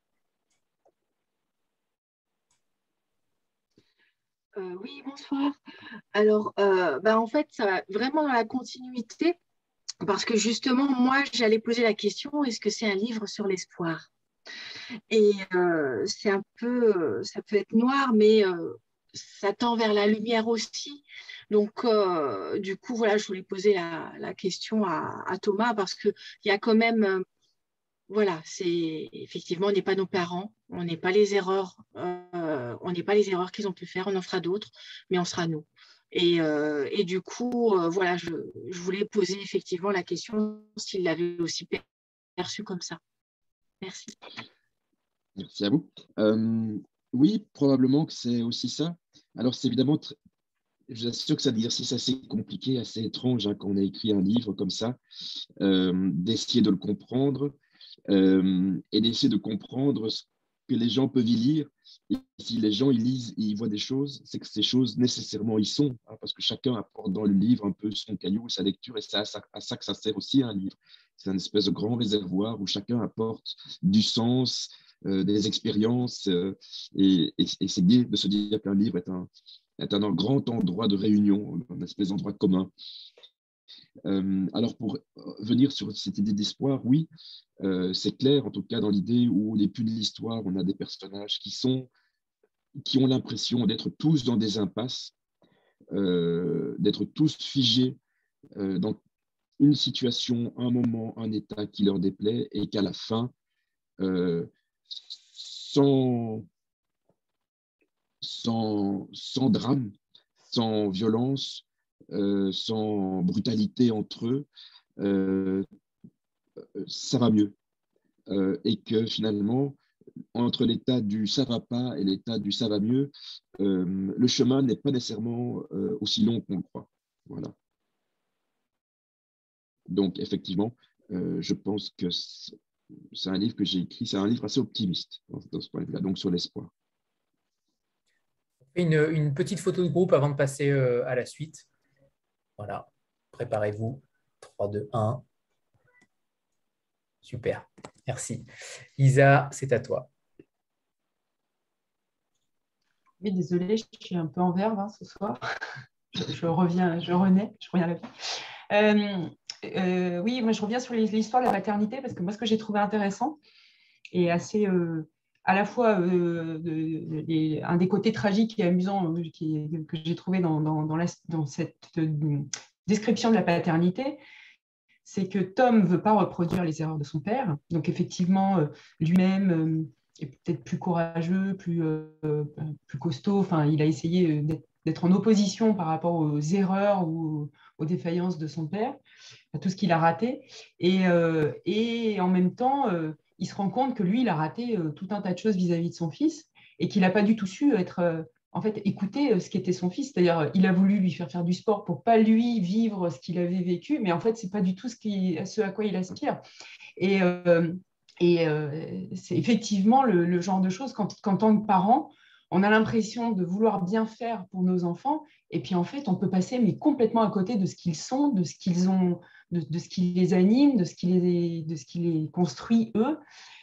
Euh, oui, bonsoir. Alors, euh, bah, en fait, ça va vraiment dans la continuité, parce que justement, moi, j'allais poser la question, est-ce que c'est un livre sur l'espoir? Et euh, c'est un peu, ça peut être noir, mais euh, ça tend vers la lumière aussi. Donc, euh, du coup, voilà, je voulais poser la, la question à, à Thomas, parce qu'il y a quand même... Euh, Voilà, c'est effectivement, on n'est pas nos parents, on n'est pas les erreurs, euh, on n'est pas les erreurs qu'ils ont pu faire, on en fera d'autres, mais on sera nous. Et, euh, et du coup, euh, voilà, je, je voulais poser effectivement la question s'il l'avait aussi perçu comme ça. Merci. Merci à vous. Euh, oui, probablement que c'est aussi ça. Alors, c'est évidemment, très, je vous assure que c'est un exercice assez compliqué, assez étrange, hein, quand on a écrit un livre comme ça, euh, d'essayer de le comprendre. Euh, et d'essayer de comprendre ce que les gens peuvent y lire. Et si les gens y lisent et y voient des choses, c'est que ces choses nécessairement y sont, hein, parce que chacun apporte dans le livre un peu son caillou, sa lecture, et c'est à ça, à ça que ça sert aussi un livre. C'est un espèce de grand réservoir où chacun apporte du sens, euh, des expériences, euh, et, et, et c'est bien de se dire qu'un livre est un, est un grand endroit de réunion, un espèce d'endroit commun. Euh, alors, pour venir sur cette idée d'espoir, oui, euh, c'est clair, en tout cas dans l'idée où au début de l'histoire, on a des personnages qui, sont, qui ont l'impression d'être tous dans des impasses, euh, d'être tous figés euh, dans une situation, un moment, un état qui leur déplaît, et qu'à la fin, euh, sans, sans, sans drame, sans violence, euh, sans brutalité entre eux, euh, ça va mieux. Euh, et que finalement, entre l'état du ça va pas et l'état du ça va mieux, euh, le chemin n'est pas nécessairement euh, aussi long qu'on le croit. Voilà. Donc, effectivement, euh, je pense que c'est un livre que j'ai écrit, c'est un livre assez optimiste dans, dans ce point de vue-là, donc sur l'espoir. Une, une petite photo de groupe avant de passer euh, à la suite. Voilà, préparez-vous. trois, deux, un. Super, merci. Isa, c'est à toi. Oui, désolée, je suis un peu en verve hein, ce soir. Je, je reviens, je renais, je reviens à la vie. Euh, euh, oui, moi je reviens sur l'histoire de la maternité parce que moi ce que j'ai trouvé intéressant et assez euh, à la fois euh, de, de, de, un des côtés tragiques et amusants euh, qui, que j'ai trouvé dans, dans, dans, la, dans cette euh, description de la paternité, c'est que Tom ne veut pas reproduire les erreurs de son père. Donc effectivement, euh, lui-même euh, est peut-être plus courageux, plus, euh, plus costaud. Enfin, il a essayé d'être, d'être en opposition par rapport aux erreurs ou aux défaillances de son père, à tout ce qu'il a raté. Et, euh, et en même temps, euh, il se rend compte que lui, il a raté euh, tout un tas de choses vis-à-vis de son fils et qu'il n'a pas du tout su être... Euh, en fait, écouter ce qu'était son fils. C'est-à-dire, il a voulu lui faire faire du sport pour pas lui vivre ce qu'il avait vécu, mais en fait, c'est pas du tout ce, qui, ce à quoi il aspire. Et, euh, et euh, c'est effectivement le, le genre de choses quand, qu'en tant que parent, on a l'impression de vouloir bien faire pour nos enfants, et puis en fait, on peut passer mais complètement à côté de ce qu'ils sont, de ce qu'ils ont, de, de ce qui les anime, de ce qui les, de ce qui les construit eux.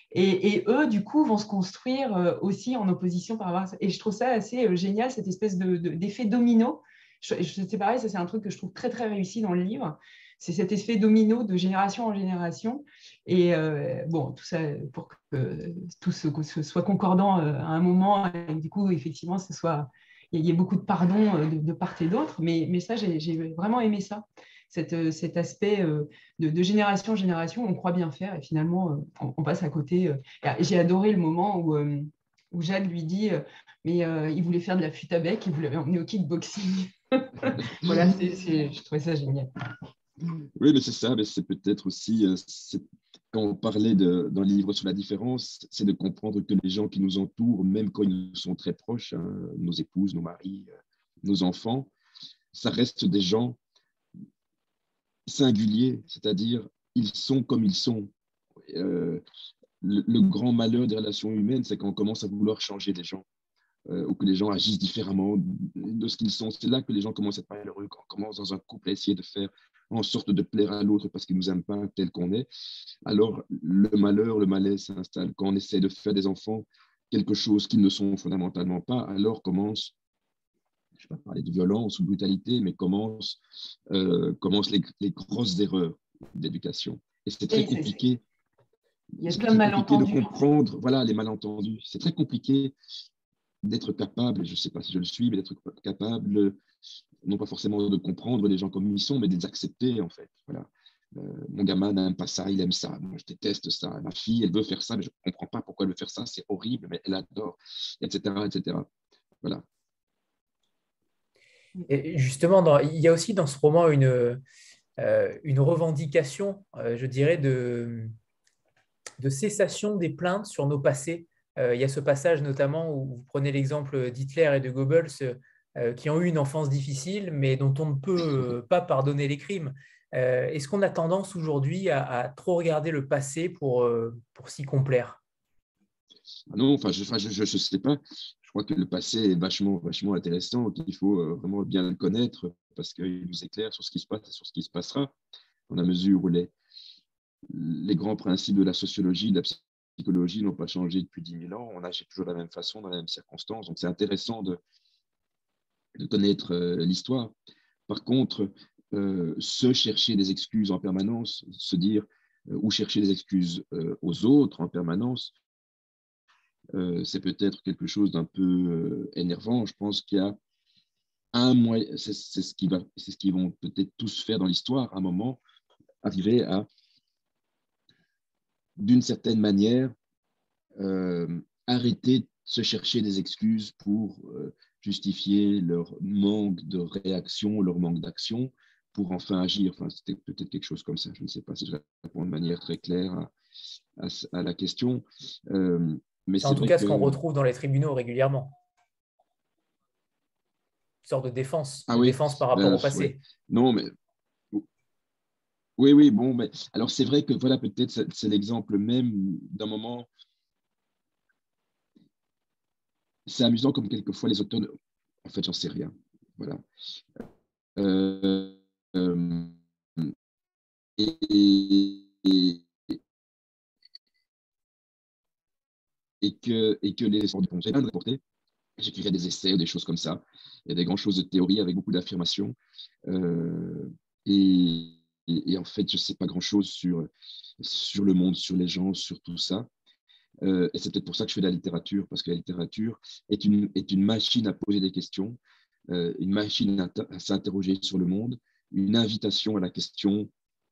Et, et eux, du coup, vont se construire euh, aussi en opposition par rapport à ça. Et je trouve ça assez euh, génial, cette espèce de, de, d'effet domino. Je, je, c'est pareil, ça c'est un truc que je trouve très, très réussi dans le livre. C'est cet effet domino de génération en génération. Et euh, bon, tout ça pour que tout ce, que ce soit concordant euh, à un moment, et du coup, effectivement, ce soit, il y a beaucoup de pardon euh, de, de part et d'autre. Mais, mais ça, j'ai, j'ai vraiment aimé ça. Cette, cet aspect euh, de, de génération en génération, on croit bien faire et finalement, euh, on, on passe à côté. Euh. J'ai adoré le moment où, euh, où Jade lui dit euh, mais euh, il voulait faire de la flûte à bec et vous l'avez emmené au kickboxing. Voilà, c'est, c'est, je trouvais ça génial. Oui, mais c'est ça, mais c'est peut-être aussi, euh, c'est, quand on parlait de, d'un livre sur la différence, c'est de comprendre que les gens qui nous entourent, même quand ils nous sont très proches, hein, nos épouses, nos maris, euh, nos enfants, ça reste des gens singuliers, c'est-à-dire ils sont comme ils sont. Euh, le, le grand malheur des relations humaines, c'est quand on commence à vouloir changer les gens. Euh, ou que les gens agissent différemment de ce qu'ils sont. C'est là que les gens commencent à être malheureux, quand on commence dans un couple à essayer de faire en sorte de plaire à l'autre parce qu'il ne nous aime pas tel qu'on est. Alors, le malheur, le malaise s'installe. Quand on essaie de faire des enfants quelque chose qu'ils ne sont fondamentalement pas, alors commence, je ne vais pas parler de violence ou de brutalité, mais commencent euh, commence les, les grosses erreurs d'éducation. Et c'est très Oui, c'est, compliqué. il y a C'est plein très de compliqué de malentendus. comprendre, voilà, les malentendus. C'est très compliqué d'être capable, je ne sais pas si je le suis, mais d'être capable, non pas forcément de comprendre les gens comme ils sont, mais de les accepter, en fait. Voilà. Euh, mon gamin n'aime pas ça, il aime ça. Moi, je déteste ça. Ma fille, elle veut faire ça, mais je ne comprends pas pourquoi elle veut faire ça. C'est horrible, mais elle adore, et cetera, et cetera. Voilà. Et justement, dans- il y a aussi dans ce roman une, euh, une revendication, euh, je dirais, de, de cessation des plaintes sur nos passés. Euh, il y a ce passage notamment où vous prenez l'exemple d'Hitler et de Goebbels euh, qui ont eu une enfance difficile, mais dont on ne peut euh, pas pardonner les crimes. Euh, est-ce qu'on a tendance aujourd'hui à, à trop regarder le passé pour, euh, pour s'y complaire? Ah non, enfin, je ne je, je, je sais pas. Je crois que le passé est vachement, vachement intéressant, qu'il faut euh, vraiment bien le connaître parce qu'il nous éclaire sur ce qui se passe et sur ce qui se passera, dans la mesure où les, les grands principes de la sociologie, de la psychologie n'ont pas changé depuis dix mille ans. On agit toujours de la même façon, dans les mêmes circonstances. Donc, c'est intéressant de, de connaître euh, l'histoire. Par contre, euh, se chercher des excuses en permanence, se dire euh, ou chercher des excuses euh, aux autres en permanence, euh, c'est peut-être quelque chose d'un peu euh, énervant. Je pense qu'il y a un moyen, c'est, c'est ce qui va, c'est ce qu'ils vont peut-être tous faire dans l'histoire, à un moment, arriver à, d'une certaine manière, euh, arrêter de se chercher des excuses pour euh, justifier leur manque de réaction, leur manque d'action, pour enfin agir. Enfin, c'était peut-être quelque chose comme ça. Je ne sais pas si je réponds de manière très claire à, à, à la question. Euh, mais C'est c'est en tout vrai cas ce qu'on que... retrouve dans les tribunaux régulièrement. Une sorte de défense, Ah de oui, défense par rapport ben, au ouais. passé. Non, mais... Oui, oui, bon, mais alors c'est vrai que voilà, peut-être c'est, c'est l'exemple même d'un moment. C'est amusant comme quelquefois les auteurs, ne... en fait, j'en sais rien. Voilà. Euh, euh, et, et, et, que, et que les efforts du conseil de reporter, j'écrirais des essais ou des choses comme ça. Il y a des grandes choses de théorie avec beaucoup d'affirmations. Euh, et, et, et en fait, je ne sais pas grand-chose sur, sur le monde, sur les gens, sur tout ça. Euh, et c'est peut-être pour ça que je fais de la littérature, parce que la littérature est une, est une machine à poser des questions, euh, une machine à, à s'interroger sur le monde, une invitation à la question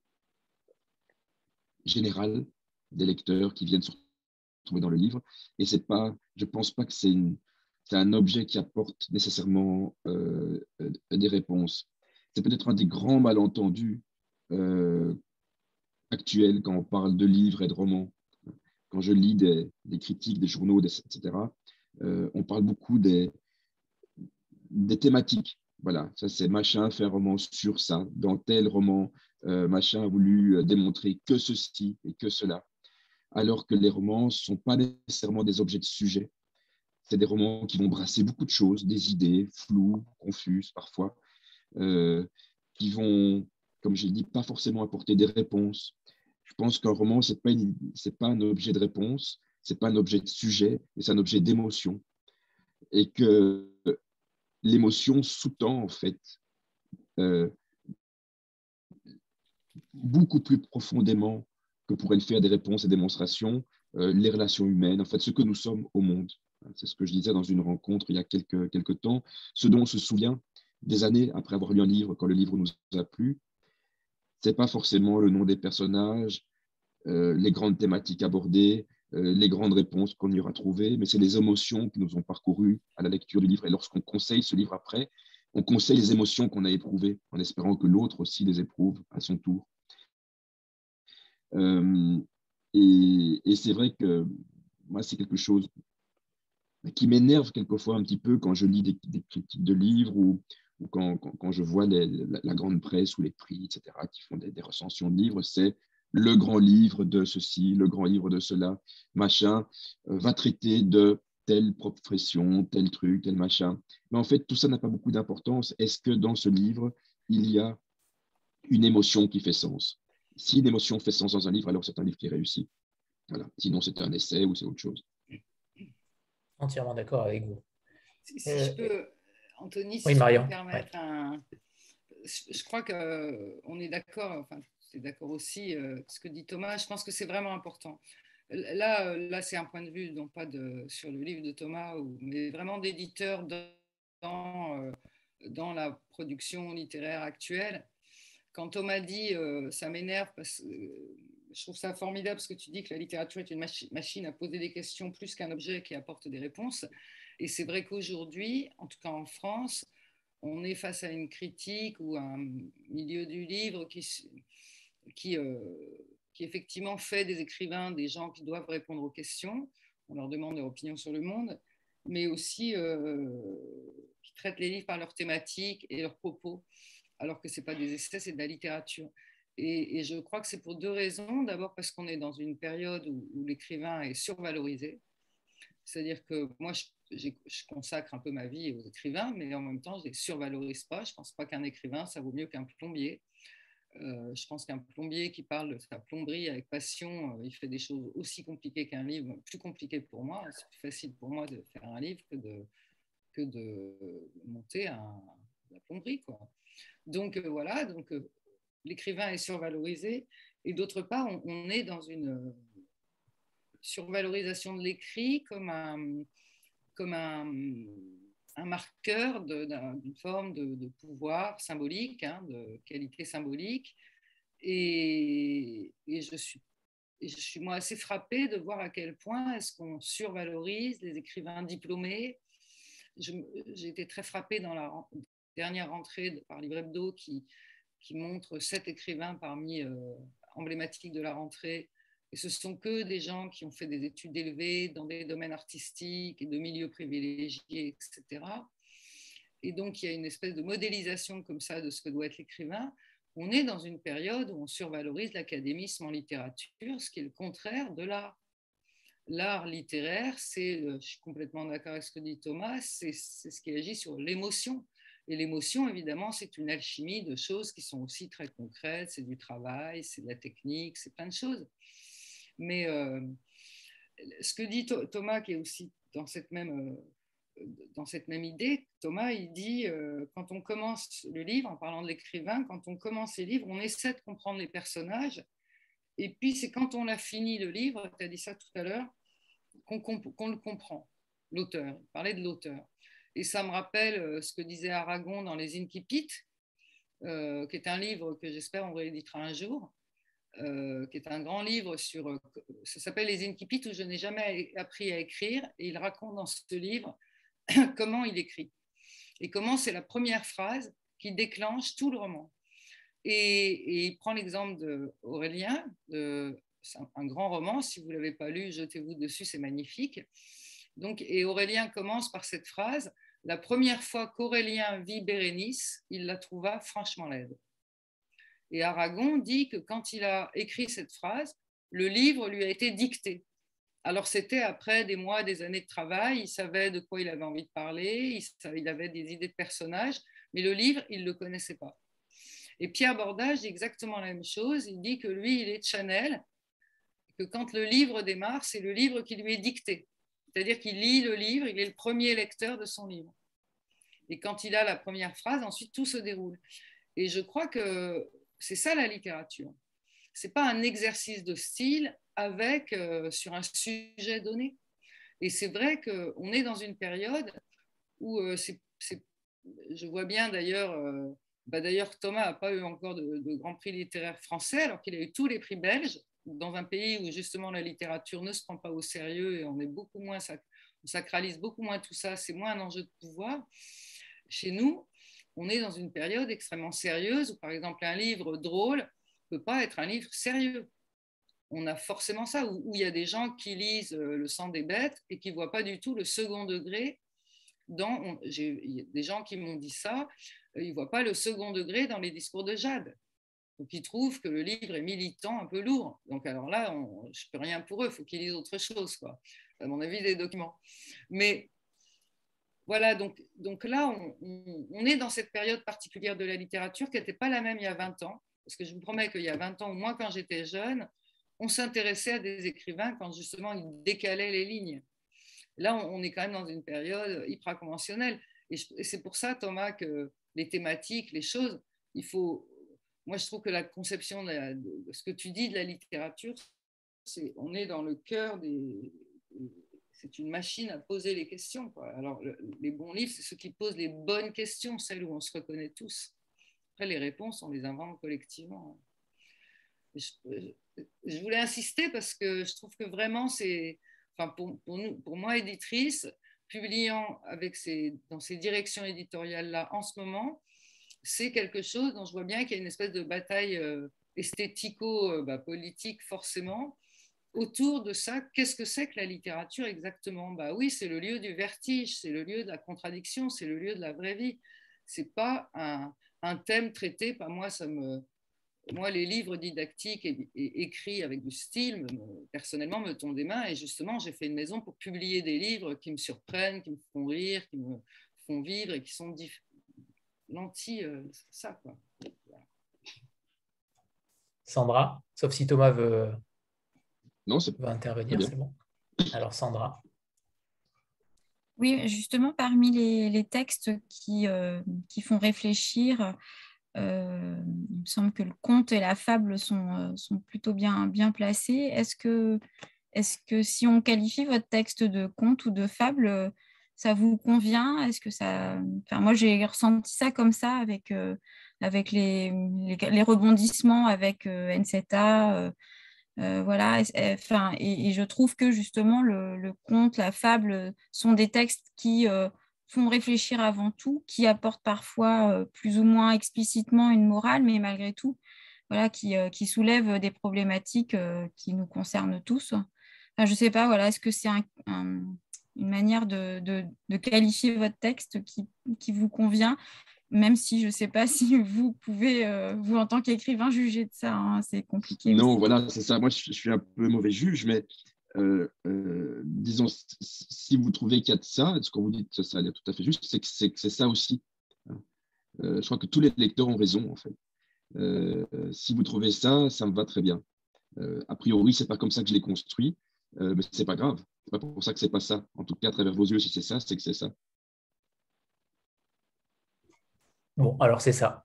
générale des lecteurs qui viennent se retrouver dans le livre. Et c'est pas, je ne pense pas que c'est, une, c'est un objet qui apporte nécessairement euh, des réponses. C'est peut-être un des grands malentendus euh, actuels quand on parle de livres et de romans. Quand je lis des, des critiques, des journaux, des, et cetera, euh, on parle beaucoup des, des thématiques. Voilà, ça c'est machin fait un roman sur ça. Dans tel roman, euh, machin a voulu démontrer que ceci et que cela. Alors que les romans ne sont pas nécessairement des objets de sujet. C'est des romans qui vont brasser beaucoup de choses, des idées floues, confuses parfois, euh, qui vont, comme j'ai dit, pas forcément apporter des réponses. Je pense qu'un roman, ce n'est pas, une, c'est pas un objet de réponse, ce n'est pas un objet de sujet, mais c'est un objet d'émotion. Et que l'émotion sous-tend, en fait, euh, beaucoup plus profondément que pourraient le faire des réponses et démonstrations, euh, les relations humaines, en fait, ce que nous sommes au monde. C'est ce que je disais dans une rencontre il y a quelques, quelques temps, ce dont on se souvient des années après avoir lu un livre, quand le livre nous a plu. Ce n'est pas forcément le nom des personnages, euh, les grandes thématiques abordées, euh, les grandes réponses qu'on y aura trouvées, mais c'est les émotions qui nous ont parcourus à la lecture du livre. Et lorsqu'on conseille ce livre après, on conseille les émotions qu'on a éprouvées, en espérant que l'autre aussi les éprouve à son tour. Euh, et, et c'est vrai que moi, c'est quelque chose qui m'énerve quelquefois un petit peu quand je lis des, des critiques de livres ou, ou quand, quand, quand je vois les, la, la grande presse ou les prix, et cetera, qui font des, des recensions de livres. C'est le grand livre de ceci, le grand livre de cela, machin, euh, va traiter de telle profession, tel truc, tel machin. Mais en fait, tout ça n'a pas beaucoup d'importance. Est-ce que dans ce livre, il y a une émotion qui fait sens? Si une émotion fait sens dans un livre, alors c'est un livre qui réussit. Voilà. Sinon, c'est un essai ou c'est autre chose. Entièrement d'accord avec vous. Si, si Euh, je peux, Anthony, si oui, je peux Marion. me permettre Ouais. un... Je, je crois qu'on est d'accord, enfin, c'est d'accord aussi, euh, ce que dit Thomas, je pense que c'est vraiment important. Là, là c'est un point de vue, non pas de, sur le livre de Thomas, ou, mais vraiment d'éditeur dans, dans, euh, dans la production littéraire actuelle. Quand Thomas dit euh, ça m'énerve, parce que euh, je trouve ça formidable ce que tu dis, que la littérature est une machi- machine à poser des questions plus qu'un objet qui apporte des réponses. Et c'est vrai qu'aujourd'hui, en tout cas en France, on est face à une critique ou à un milieu du livre qui, qui, euh, qui effectivement fait des écrivains des gens qui doivent répondre aux questions. On leur demande leur opinion sur le monde, mais aussi euh, qui traitent les livres par leur thématique et leurs propos, alors que ce n'est pas des essais, c'est de la littérature. Et, et je crois que c'est pour deux raisons. D'abord parce qu'on est dans une période où, où l'écrivain est survalorisé. C'est-à-dire que moi, je, je consacre un peu ma vie aux écrivains, mais en même temps, je ne les survalorise pas. Je ne pense pas qu'un écrivain, ça vaut mieux qu'un plombier. Euh, je pense qu'un plombier qui parle de sa plomberie avec passion, euh, il fait des choses aussi compliquées qu'un livre, plus compliquées pour moi. C'est plus facile pour moi de faire un livre que de, que de monter un, la plomberie, quoi. Donc euh, voilà, donc euh, l'écrivain est survalorisé. Et d'autre part, on, on est dans une euh, survalorisation de l'écrit comme un, comme un, un marqueur d'une forme de, de pouvoir symbolique, hein, de qualité symbolique. Et, et, je suis, et je suis moi assez frappée de voir à quel point est-ce qu'on survalorise les écrivains diplômés. J'ai été très frappée dans la dernière rentrée de, par Livre Hebdo qui, qui montre sept écrivains parmi euh, emblématiques de la rentrée. Et ce sont que des gens qui ont fait des études élevées dans des domaines artistiques et de milieux privilégiés, et cetera. Et donc, il y a une espèce de modélisation comme ça de ce que doit être l'écrivain. On est dans une période où on survalorise l'académisme en littérature, ce qui est le contraire de l'art. L'art littéraire, c'est, je suis complètement d'accord avec ce que dit Thomas, c'est ce qui agit sur l'émotion. Et l'émotion, évidemment, c'est une alchimie de choses qui sont aussi très concrètes, c'est du travail, c'est de la technique, c'est plein de choses. Mais euh, ce que dit Thomas, qui est aussi dans cette même, euh, dans cette même idée, Thomas, il dit, euh, quand on commence le livre, en parlant de l'écrivain, quand on commence les livres, on essaie de comprendre les personnages, et puis c'est quand on a fini le livre, tu as dit ça tout à l'heure, qu'on qu'on le comprend, l'auteur. Il parlait de l'auteur. Et ça me rappelle ce que disait Aragon dans Les Incipit, euh, qui est un livre que j'espère on rééditera un jour, euh, qui est un grand livre sur... Ça s'appelle Les Incipit, où je n'ai jamais appris à écrire, et il raconte dans ce livre comment il écrit. Et comment c'est la première phrase qui déclenche tout le roman. Et, et il prend l'exemple d'Aurélien, de, c'est un, un grand roman, si vous ne l'avez pas lu, jetez-vous dessus, c'est magnifique. Donc, et Aurélien commence par cette phrase: la première fois qu'Aurélien vit Bérénice, il la trouva franchement laide. Et Aragon dit que quand il a écrit cette phrase, le livre lui a été dicté. Alors c'était après des mois, des années de travail, il savait de quoi il avait envie de parler, il, savait, il avait des idées de personnages, mais le livre, il ne le connaissait pas. Et Pierre Bordage dit exactement la même chose. Il dit que lui, il est channel, que quand le livre démarre, c'est le livre qui lui est dicté. C'est-à-dire qu'il lit le livre, il est le premier lecteur de son livre. Et quand il a la première phrase, ensuite tout se déroule. Et je crois que c'est ça la littérature. Ce n'est pas un exercice de style avec, euh, sur un sujet donné. Et c'est vrai qu'on est dans une période où, euh, c'est, c'est, je vois bien d'ailleurs, euh, bah d'ailleurs Thomas n'a pas eu encore de, de grand prix littéraire français, alors qu'il a eu tous les prix belges, dans un pays où justement la littérature ne se prend pas au sérieux et on, est beaucoup moins, on sacralise beaucoup moins tout ça, c'est moins un enjeu de pouvoir. Chez nous, on est dans une période extrêmement sérieuse où, par exemple, un livre drôle ne peut pas être un livre sérieux. On a forcément ça, où, où il y a des gens qui lisent Le sang des bêtes et qui ne voient pas du tout le second degré. Dans, on, j'ai, il y a des gens qui m'ont dit ça, ils ne voient pas le second degré dans les discours de Jade. Donc, ils trouvent que le livre est militant, un peu lourd. Donc, alors là, on, je ne peux rien pour eux, il faut qu'ils lisent autre chose, quoi. À mon avis, des documents. Mais voilà, donc, donc là, on, on, on est dans cette période particulière de la littérature qui n'était pas la même il y a vingt ans. Parce que je vous promets qu'il y a vingt ans, ou moins quand j'étais jeune, on s'intéressait à des écrivains quand justement ils décalaient les lignes. Là, on, on est quand même dans une période hyper conventionnelle. Et, je, et c'est pour ça, Thomas, que les thématiques, les choses, il faut... Moi, je trouve que la conception de, la, de ce que tu dis de la littérature, c'est on est dans le cœur des... C'est une machine à poser les questions, quoi. Alors, le, les bons livres, c'est ceux qui posent les bonnes questions, celles où on se reconnaît tous. Après, les réponses, on les invente collectivement. Je, je, je voulais insister parce que je trouve que vraiment, c'est, enfin, pour, pour, nous, pour moi, éditrice, publiant avec ces, dans ces directions éditoriales-là en ce moment, c'est quelque chose dont je vois bien qu'il y a une espèce de bataille euh, esthético-politique, bah, forcément, autour de ça. Qu'est-ce que c'est que la littérature exactement? Bah oui, c'est le lieu du vertige, c'est le lieu de la contradiction, c'est le lieu de la vraie vie. C'est pas un, un thème traité par moi. Ça me, moi, les livres didactiques et, et écrits avec du style, me, personnellement, me tombent des mains. Et justement, j'ai fait une maison pour publier des livres qui me surprennent, qui me font rire, qui me font vivre et qui sont diff... l'anti, euh, ça, quoi. Voilà. Sandra, sauf si Thomas veut... Non, c'est va intervenir, c'est bon. Alors, Sandra. Oui, justement, parmi les, les textes qui, euh, qui font réfléchir, euh, il me semble que le conte et la fable sont, sont plutôt bien, bien placés. Est-ce que, est-ce que si on qualifie votre texte de conte ou de fable, ça vous convient? Est-ce que ça... Enfin, moi, j'ai ressenti ça comme ça avec, euh, avec les, les, les rebondissements avec euh, Nceta. Euh, Euh, voilà, et, enfin, et, et je trouve que justement le, le conte, la fable sont des textes qui euh, font réfléchir avant tout, qui apportent parfois euh, plus ou moins explicitement une morale, mais malgré tout, voilà, qui, euh, qui soulèvent des problématiques euh, qui nous concernent tous. Enfin, je ne sais pas, voilà, est-ce que c'est un, un, une manière de, de, de qualifier votre texte qui, qui vous convient? Même si je ne sais pas si vous pouvez, euh, vous en tant qu'écrivain, juger de ça, hein, c'est compliqué. Non, aussi. voilà, c'est ça. Moi, je, je suis un peu mauvais juge, mais euh, euh, disons, si vous trouvez qu'il y a de ça, ce qu'on vous dit, ça, ça a l'air tout à fait juste, c'est que c'est, que c'est ça aussi. Euh, je crois que tous les lecteurs ont raison, en fait. Euh, si vous trouvez ça, ça me va très bien. Euh, a priori, c'est pas comme ça que je l'ai construit, euh, mais c'est pas grave. C'est pas pour ça que c'est pas ça. En tout cas, à travers vos yeux, si c'est ça, c'est que c'est ça. Bon, alors c'est ça.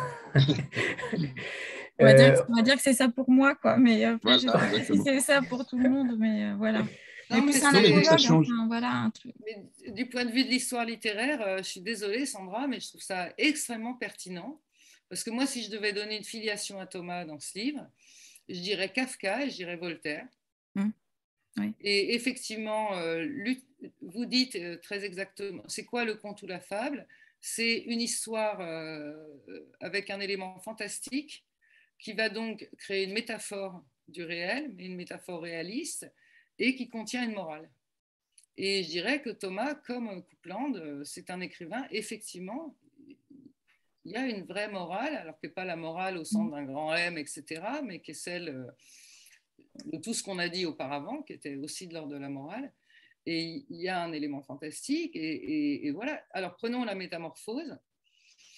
On va, euh... dire, on va dire que c'est ça pour moi, quoi. Mais après, voilà, je sais pas si c'est ça pour tout le monde, mais euh, voilà. Non, mais c'est un apologue, enfin, voilà, un truc. Mais du point de vue de l'histoire littéraire, euh, je suis désolée, Sandra, mais je trouve ça extrêmement pertinent. Parce que moi, si je devais donner une filiation à Thomas dans ce livre, je dirais Kafka et je dirais Voltaire. Mmh. Oui. Et effectivement, euh, vous dites euh, très exactement, c'est quoi le conte ou la fable? C'est une histoire euh, avec un élément fantastique qui va donc créer une métaphore du réel, mais une métaphore réaliste, et qui contient une morale. Et je dirais que Thomas, comme Coupland, c'est un écrivain, effectivement, il y a une vraie morale, alors que pas la morale au sens d'un grand M, et cetera, mais qui est celle de tout ce qu'on a dit auparavant, qui était aussi de l'ordre de la morale. Et il y a un élément fantastique, et, et, et voilà. Alors prenons la métamorphose.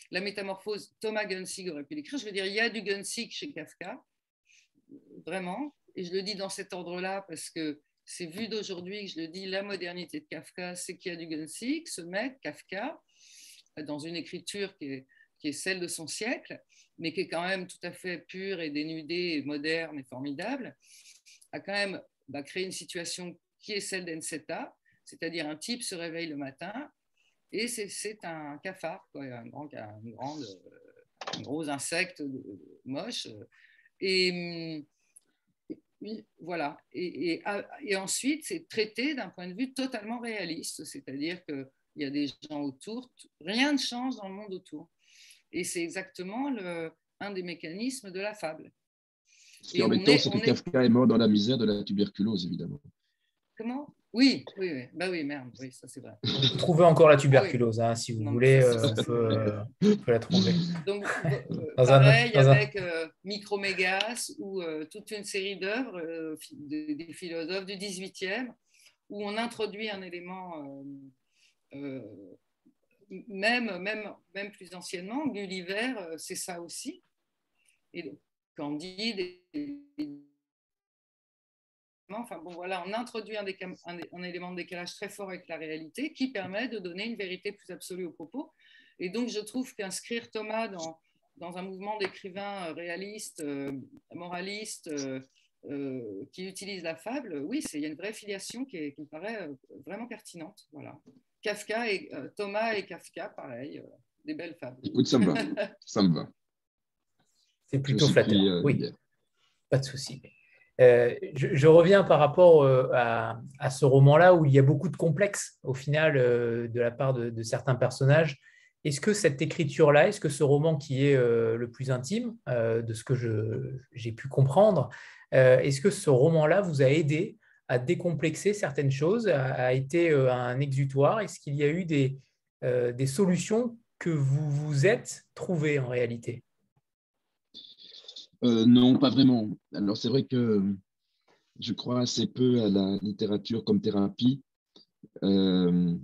la métamorphose, Thomas Gunsig aurait pu l'écrire. Je veux dire, il y a du Gunsig chez Kafka, vraiment, et je le dis dans cet ordre-là parce que c'est vu d'aujourd'hui que je le dis, la modernité de Kafka, c'est qu'il y a du Gunsig, ce mec, Kafka, dans une écriture qui est, qui est celle de son siècle, mais qui est quand même tout à fait pure et dénudée, et moderne et formidable, a quand même bah, créé une situation qui est celle d'Enseta, c'est-à-dire un type se réveille le matin et c'est, c'est un cafard, quoi, un, grand, un, grande, un gros insecte moche. Et, et voilà. Et, et, et ensuite, c'est traité d'un point de vue totalement réaliste, c'est-à-dire qu'il y a des gens autour, rien ne change dans le monde autour. Et c'est exactement le, un des mécanismes de la fable. Ce qui est embêtant, c'est que Kafka est... est mort dans la misère de la tuberculose, évidemment. Comment ? Oui, oui, oui. Bah oui, merde, oui, ça c'est vrai. Vous trouvez encore la tuberculose, ah oui. hein, si vous non, voulez, ça, euh, on, peut, euh, on peut la trouver. Donc, euh, pareil, un, avec euh, Micromégas ou euh, toute une série d'œuvres euh, des, des philosophes du dix-huitième où on introduit un élément, euh, euh, même, même, même plus anciennement, Gulliver, euh, c'est ça aussi. Et donc, Candide et, et enfin bon voilà, on introduit un, déca- un, un élément de décalage très fort avec la réalité qui permet de donner une vérité plus absolue au propos. Et donc je trouve qu'inscrire Thomas dans, dans un mouvement d'écrivains réalistes, euh, moralistes, euh, euh, qui utilisent la fable, oui, c'est, il y a une vraie filiation qui, est, qui me paraît vraiment pertinente. Voilà. Kafka et euh, Thomas et Kafka, pareil, euh, des belles fables. Écoute, ça me va, ça me va. C'est plutôt flatteur. Pris, euh, oui, bien. Pas de souci. Euh, je, je reviens par rapport euh, à, à ce roman-là où il y a beaucoup de complexes au final euh, de la part de, de certains personnages. Est-ce que cette écriture-là, est-ce que ce roman qui est euh, le plus intime euh, de ce que je, j'ai pu comprendre, euh, est-ce que ce roman-là vous a aidé à décomplexer certaines choses, a, a été euh, un exutoire? Est-ce qu'il y a eu des, euh, des solutions que vous vous êtes trouvées en réalité? Euh, non, pas vraiment. Alors, c'est vrai que je crois assez peu à la littérature comme thérapie. Euh,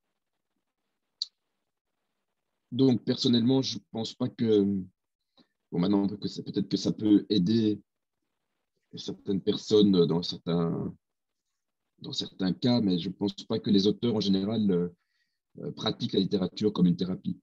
donc, personnellement, je ne pense pas que... Bon, maintenant, que c'est, peut-être que ça peut aider certaines personnes dans certains, dans certains cas, mais je ne pense pas que les auteurs, en général, euh, pratiquent la littérature comme une thérapie.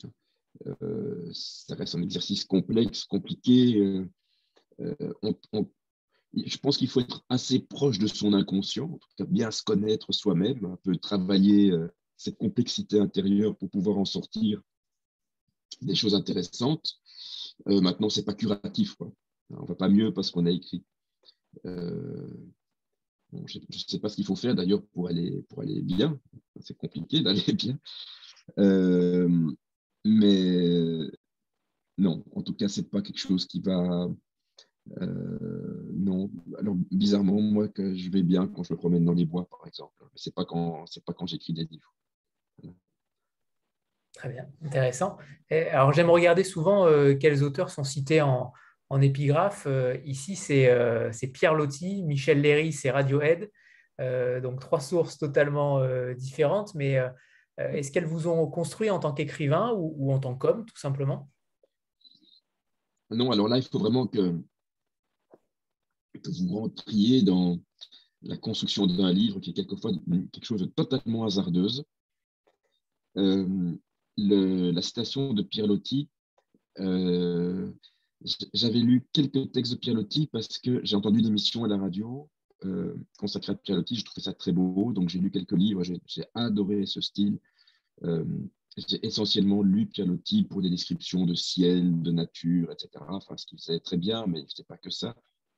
Euh, ça reste un exercice complexe, compliqué. Euh, euh, on, on, je pense qu'il faut être assez proche de son inconscient, en tout cas bien se connaître soi-même, un peu travailler euh, cette complexité intérieure pour pouvoir en sortir des choses intéressantes. Euh, maintenant, ce n'est pas curatif, quoi. On ne va pas mieux parce qu'on a écrit. Euh, bon, je ne sais pas ce qu'il faut faire d'ailleurs pour aller, pour aller bien. C'est compliqué d'aller bien. Euh, mais non, en tout cas, ce n'est pas quelque chose qui va... Euh, non, alors bizarrement, moi, que je vais bien quand je me promène dans les bois, par exemple. C'est pas quand, c'est pas quand j'écris des livres. Voilà. Très bien, intéressant. Et alors, j'aime regarder souvent euh, quels auteurs sont cités en, en épigraphe. Euh, ici, c'est, euh, c'est Pierre Loti, Michel Léry, c'est Radiohead. Euh, donc, trois sources totalement euh, différentes. Mais euh, est-ce qu'elles vous ont construit en tant qu'écrivain ou, ou en tant qu'homme, tout simplement? Non, alors là, il faut vraiment que que vous rentriez dans la construction d'un livre qui est quelquefois quelque chose de totalement hasardeuse. Euh, le, la citation de Pierre Loti, euh, j'avais lu quelques textes de Pierre Loti parce que j'ai entendu une émission à la radio euh, consacrée à Pierre Loti, je trouvais ça très beau, donc j'ai lu quelques livres, j'ai, j'ai adoré ce style. Euh, j'ai essentiellement lu Pierre Loti pour des descriptions de ciel, de nature, et cetera. Enfin, ce qu'il faisait très bien, mais ce n'est pas que ça.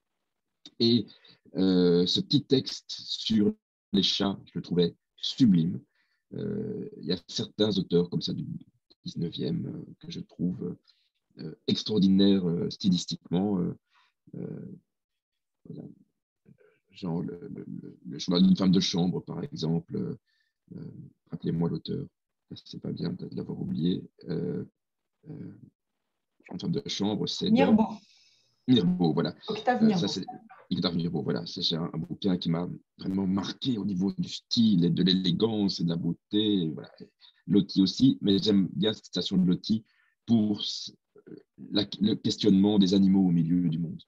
Et euh, ce petit texte sur les chats, je le trouvais sublime. Euh, il y a certains auteurs comme ça du dix-neuvième euh, que je trouve euh, extraordinaires euh, stylistiquement. Euh, euh, voilà. Genre le, le, le journal d'une femme de chambre, par exemple. Euh, rappelez-moi l'auteur. C'est pas bien de l'avoir oublié. Euh, euh, une femme de chambre, c'est Mirbeau. Mirbeau, voilà. Octave euh, Mirbeau. Ça, c'est Octave Mirbeau, voilà. C'est un, un bouquin qui m'a vraiment marqué au niveau du style et de l'élégance et de la beauté. Voilà. Loti aussi, mais j'aime bien cette citation de Loti pour la, le questionnement des animaux au milieu du monde.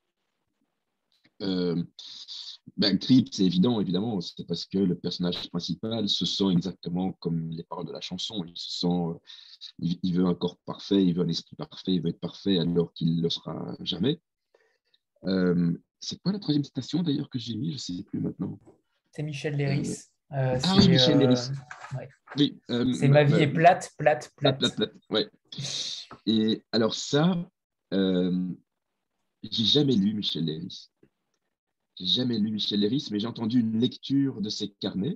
Euh, ben, Creep, c'est évident, évidemment, c'est parce que le personnage principal se sent exactement comme les paroles de la chanson. Il se sent, euh, il, il veut un corps parfait, il veut un esprit parfait, il veut être parfait alors qu'il ne le sera jamais. Euh, c'est quoi la troisième citation d'ailleurs que j'ai mis? Je ne sais plus maintenant. C'est Michel Léris. Euh, ah oui, Michel Léris. Euh, ouais. Oui, euh, c'est ma, ma vie ma, est plate, plate, plate. Plate, plate, plate, ouais. Et alors ça, euh, j'ai jamais lu Michel Léris. J'ai jamais lu Michel Léris, mais j'ai entendu une lecture de ses carnets.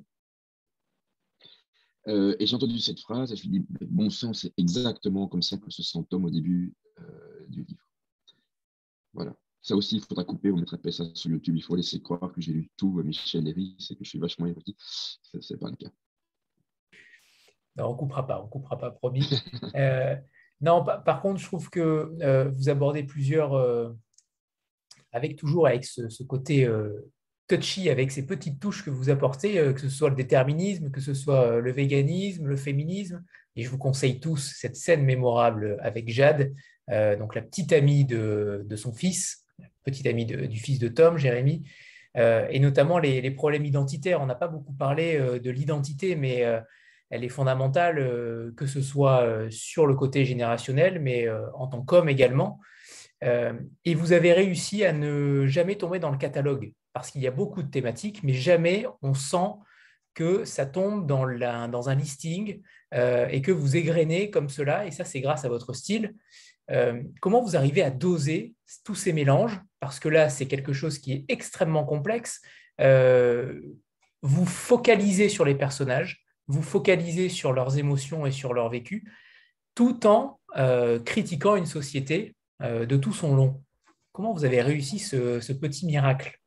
Euh, et j'ai entendu cette phrase, et je me suis dit, bon sang, c'est exactement comme ça que se sent Tom au début euh, du livre. Voilà. Ça aussi, il faudra couper, on mettrait ça sur YouTube. Il faut laisser croire que j'ai lu tout Michel Léris et que je suis vachement érudit. Ce n'est pas le cas. Non, on ne coupera pas, on ne coupera pas, promis. euh, non, par, par contre, je trouve que euh, vous abordez plusieurs, euh, avec toujours avec ce, ce côté euh, touchy, avec ces petites touches que vous apportez, euh, que ce soit le déterminisme, que ce soit le véganisme, le féminisme. Et je vous conseille tous cette scène mémorable avec Jade, euh, donc la petite amie de, de son fils, la petite amie de, du fils de Tom, Jérémy, euh, et notamment les, les problèmes identitaires. On n'a pas beaucoup parlé euh, de l'identité, mais euh, elle est fondamentale, euh, que ce soit euh, sur le côté générationnel, mais euh, en tant qu'homme également. Euh, et vous avez réussi à ne jamais tomber dans le catalogue, parce qu'il y a beaucoup de thématiques, mais jamais on sent que ça tombe dans, la, dans un listing euh, et que vous égrenez comme cela, et ça c'est grâce à votre style. Euh, comment vous arrivez à doser tous ces mélanges? Parce que là, c'est quelque chose qui est extrêmement complexe. Euh, vous focalisez sur les personnages, vous focalisez sur leurs émotions et sur leur vécu, tout en euh, critiquant une société euh, de tout son long. Comment vous avez réussi ce, ce petit miracle?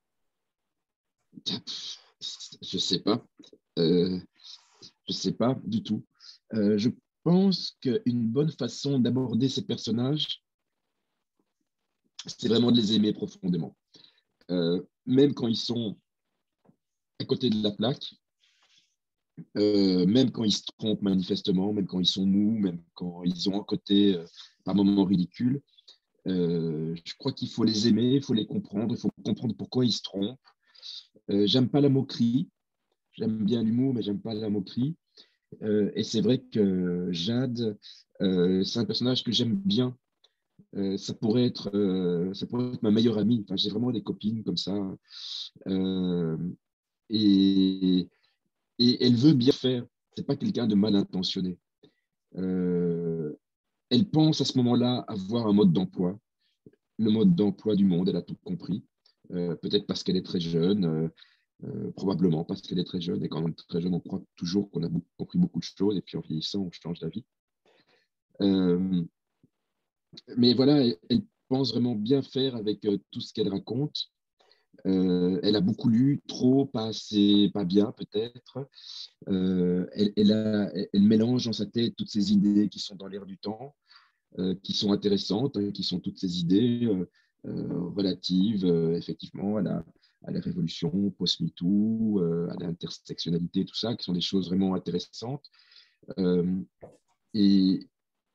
Je ne sais pas. Euh, je ne sais pas du tout. Euh, je pense qu'une bonne façon d'aborder ces personnages, c'est vraiment de les aimer profondément. Euh, même quand ils sont à côté de la plaque, euh, même quand ils se trompent manifestement, même quand ils sont mous, même quand ils ont un côté euh, par moments ridicule, euh, je crois qu'il faut les aimer, il faut les comprendre, il faut comprendre pourquoi ils se trompent. Euh, j'aime pas la moquerie, j'aime bien l'humour, mais j'aime pas la moquerie. Euh, et c'est vrai que Jade, euh, c'est un personnage que j'aime bien. Euh, ça, pourrait être, euh, ça pourrait être ma meilleure amie. Enfin, j'ai vraiment des copines comme ça. Euh, et, et elle veut bien faire. C'est pas quelqu'un de mal intentionné. Euh, elle pense à ce moment-là avoir un mode d'emploi. Le mode d'emploi du monde, elle a tout compris. Euh, peut-être parce qu'elle est très jeune. Euh, Euh, probablement parce qu'elle est très jeune, et quand on est très jeune, on croit toujours qu'on a beaucoup, compris beaucoup de choses, et puis en vieillissant, on change d'avis. Euh, mais voilà, elle, elle pense vraiment bien faire avec euh, tout ce qu'elle raconte. Euh, elle a beaucoup lu, trop, pas assez, pas bien peut-être. Euh, elle, elle, a, elle mélange dans sa tête toutes ces idées qui sont dans l'air du temps, euh, qui sont intéressantes, hein, qui sont toutes ces idées euh, euh, relatives, euh, effectivement, à la à la révolution, post-MeToo, euh, à l'intersectionnalité, tout ça, qui sont des choses vraiment intéressantes. Euh, et,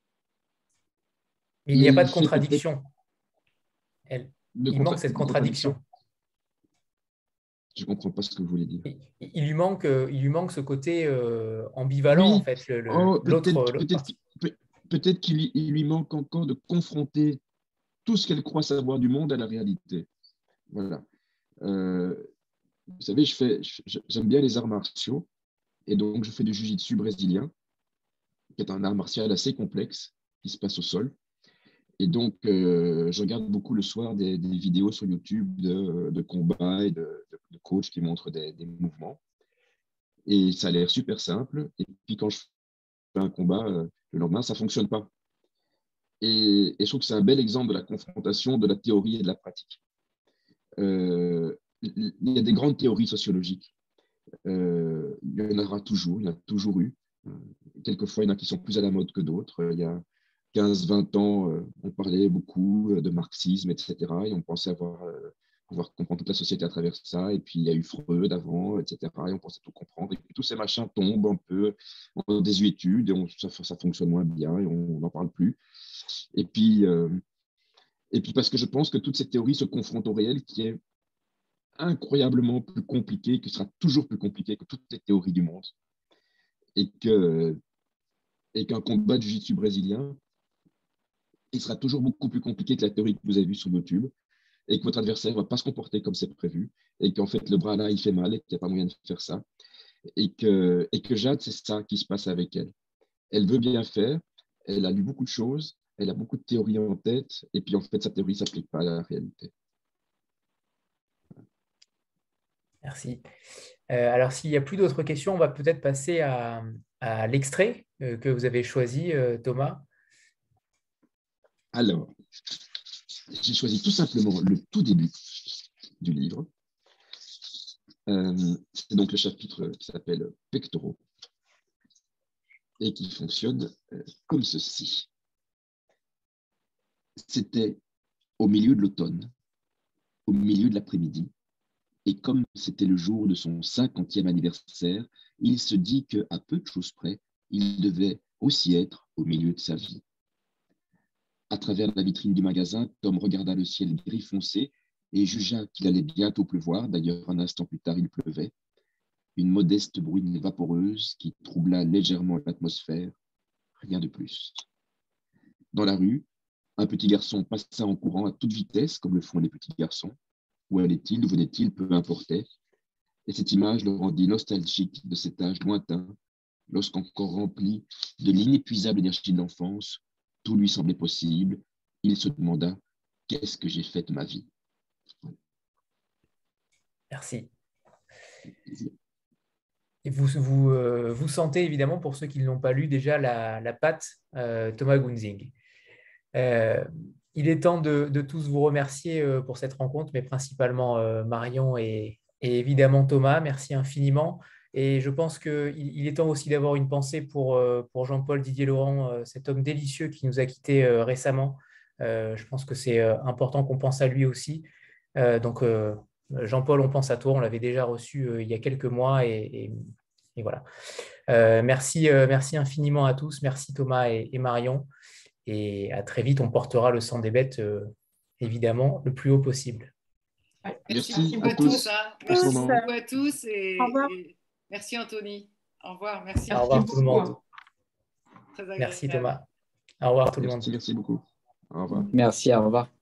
Mais il n'y a pas de contradiction. Elle, de il contra manque cette contradiction. contradiction. Je ne comprends pas ce que vous voulez dire. Il, il, lui, manque, il lui manque ce côté euh, ambivalent, oui. en fait. Le, le, oh, peut-être peut peut peut qu'il il lui manque encore de confronter tout ce qu'elle croit savoir du monde à la réalité. Voilà. Euh, vous savez, je fais, j'aime bien les arts martiaux, et donc je fais du jiu-jitsu brésilien, qui est un art martial assez complexe, qui se passe au sol. Et donc, euh, je regarde beaucoup le soir des, des vidéos sur YouTube de, de combats et de, de, de coachs qui montrent des, des mouvements. Et ça a l'air super simple. Et puis, quand je fais un combat, euh, le lendemain, ça ne fonctionne pas. Et, et je trouve que c'est un bel exemple de la confrontation de la théorie et de la pratique. Euh, il y a des grandes théories sociologiques. Euh, il y en aura toujours, il y en a toujours eu. Quelquefois, il y en a qui sont plus à la mode que d'autres. Il y a quinze vingt ans, on parlait beaucoup de marxisme, et cetera. Et on pensait avoir pouvoir comprendre toute la société à travers ça. Et puis, il y a eu Freud avant, et cetera. Et on pensait tout comprendre. Et puis, tous ces machins tombent un peu en désuétude, et on, ça, ça fonctionne moins bien, et on n'en parle plus. Et puis, euh, et puis, parce que je pense que toute cette théorie se confronte au réel, qui est incroyablement plus compliqué, qui sera toujours plus compliqué que toutes les théories du monde. Et que, et qu'un combat de jiu-jitsu brésilien, il sera toujours beaucoup plus compliqué que la théorie que vous avez vue sur YouTube, et que votre adversaire ne va pas se comporter comme c'est prévu, et qu'en fait, le bras là, il fait mal, et qu'il n'y a pas moyen de faire ça. Et que, et que Jade, c'est ça qui se passe avec elle. Elle veut bien faire, elle a lu beaucoup de choses, elle a beaucoup de théories en tête, et puis en fait, sa théorie ne s'applique pas à la réalité. Merci. Euh, alors, s'il n'y a plus d'autres questions, on va peut-être passer à, à l'extrait euh, que vous avez choisi, euh, Thomas. Alors, j'ai choisi tout simplement le tout début du livre. Euh, c'est donc le chapitre qui s'appelle Pectoraux et qui fonctionne euh, comme ceci. C'était au milieu de l'automne, au milieu de l'après-midi, et comme c'était le jour de son cinquantième anniversaire, il se dit qu'à peu de choses près, il devait aussi être au milieu de sa vie. À travers la vitrine du magasin, Tom regarda le ciel gris foncé et jugea qu'il allait bientôt pleuvoir. D'ailleurs, un instant plus tard, il pleuvait. Une modeste bruine vaporeuse qui troubla légèrement l'atmosphère, rien de plus. Dans la rue, un petit garçon passa en courant à toute vitesse, comme le font les petits garçons. Où allait-il, d'où venait-il, peu importait. Et cette image le rendit nostalgique de cet âge lointain, lorsqu'encore rempli de l'inépuisable énergie de l'enfance, tout lui semblait possible. Il se demanda « Qu'est-ce que j'ai fait de ma vie ?» Merci. Et vous, vous, euh, vous sentez évidemment, pour ceux qui ne l'ont pas lu, déjà la, la patte euh, Thomas Gunzing. Euh, il est temps de, de tous vous remercier euh, pour cette rencontre, mais principalement euh, Marion et, et évidemment Thomas. Merci infiniment. Et je pense qu'il il est temps aussi d'avoir une pensée pour, euh, pour Jean-Paul Didier-Laurent, euh, cet homme délicieux qui nous a quittés euh, récemment. Euh, je pense que c'est euh, important qu'on pense à lui aussi. Euh, donc, euh, Jean-Paul, on pense à toi. On l'avait déjà reçu euh, il y a quelques mois. Et, et, et voilà. Euh, merci, euh, merci infiniment à tous. Merci Thomas et, et Marion. Et à très vite, on portera le sang des bêtes, euh, évidemment, le plus haut possible. Merci, merci beaucoup à tous. tous hein. Merci tous. beaucoup à tous. Et, Au revoir. et merci Anthony. Au revoir. Merci. Au revoir tout le monde. Très agréable. Merci Thomas. Au revoir tout le monde. Merci, merci beaucoup. Au revoir. Merci, au revoir.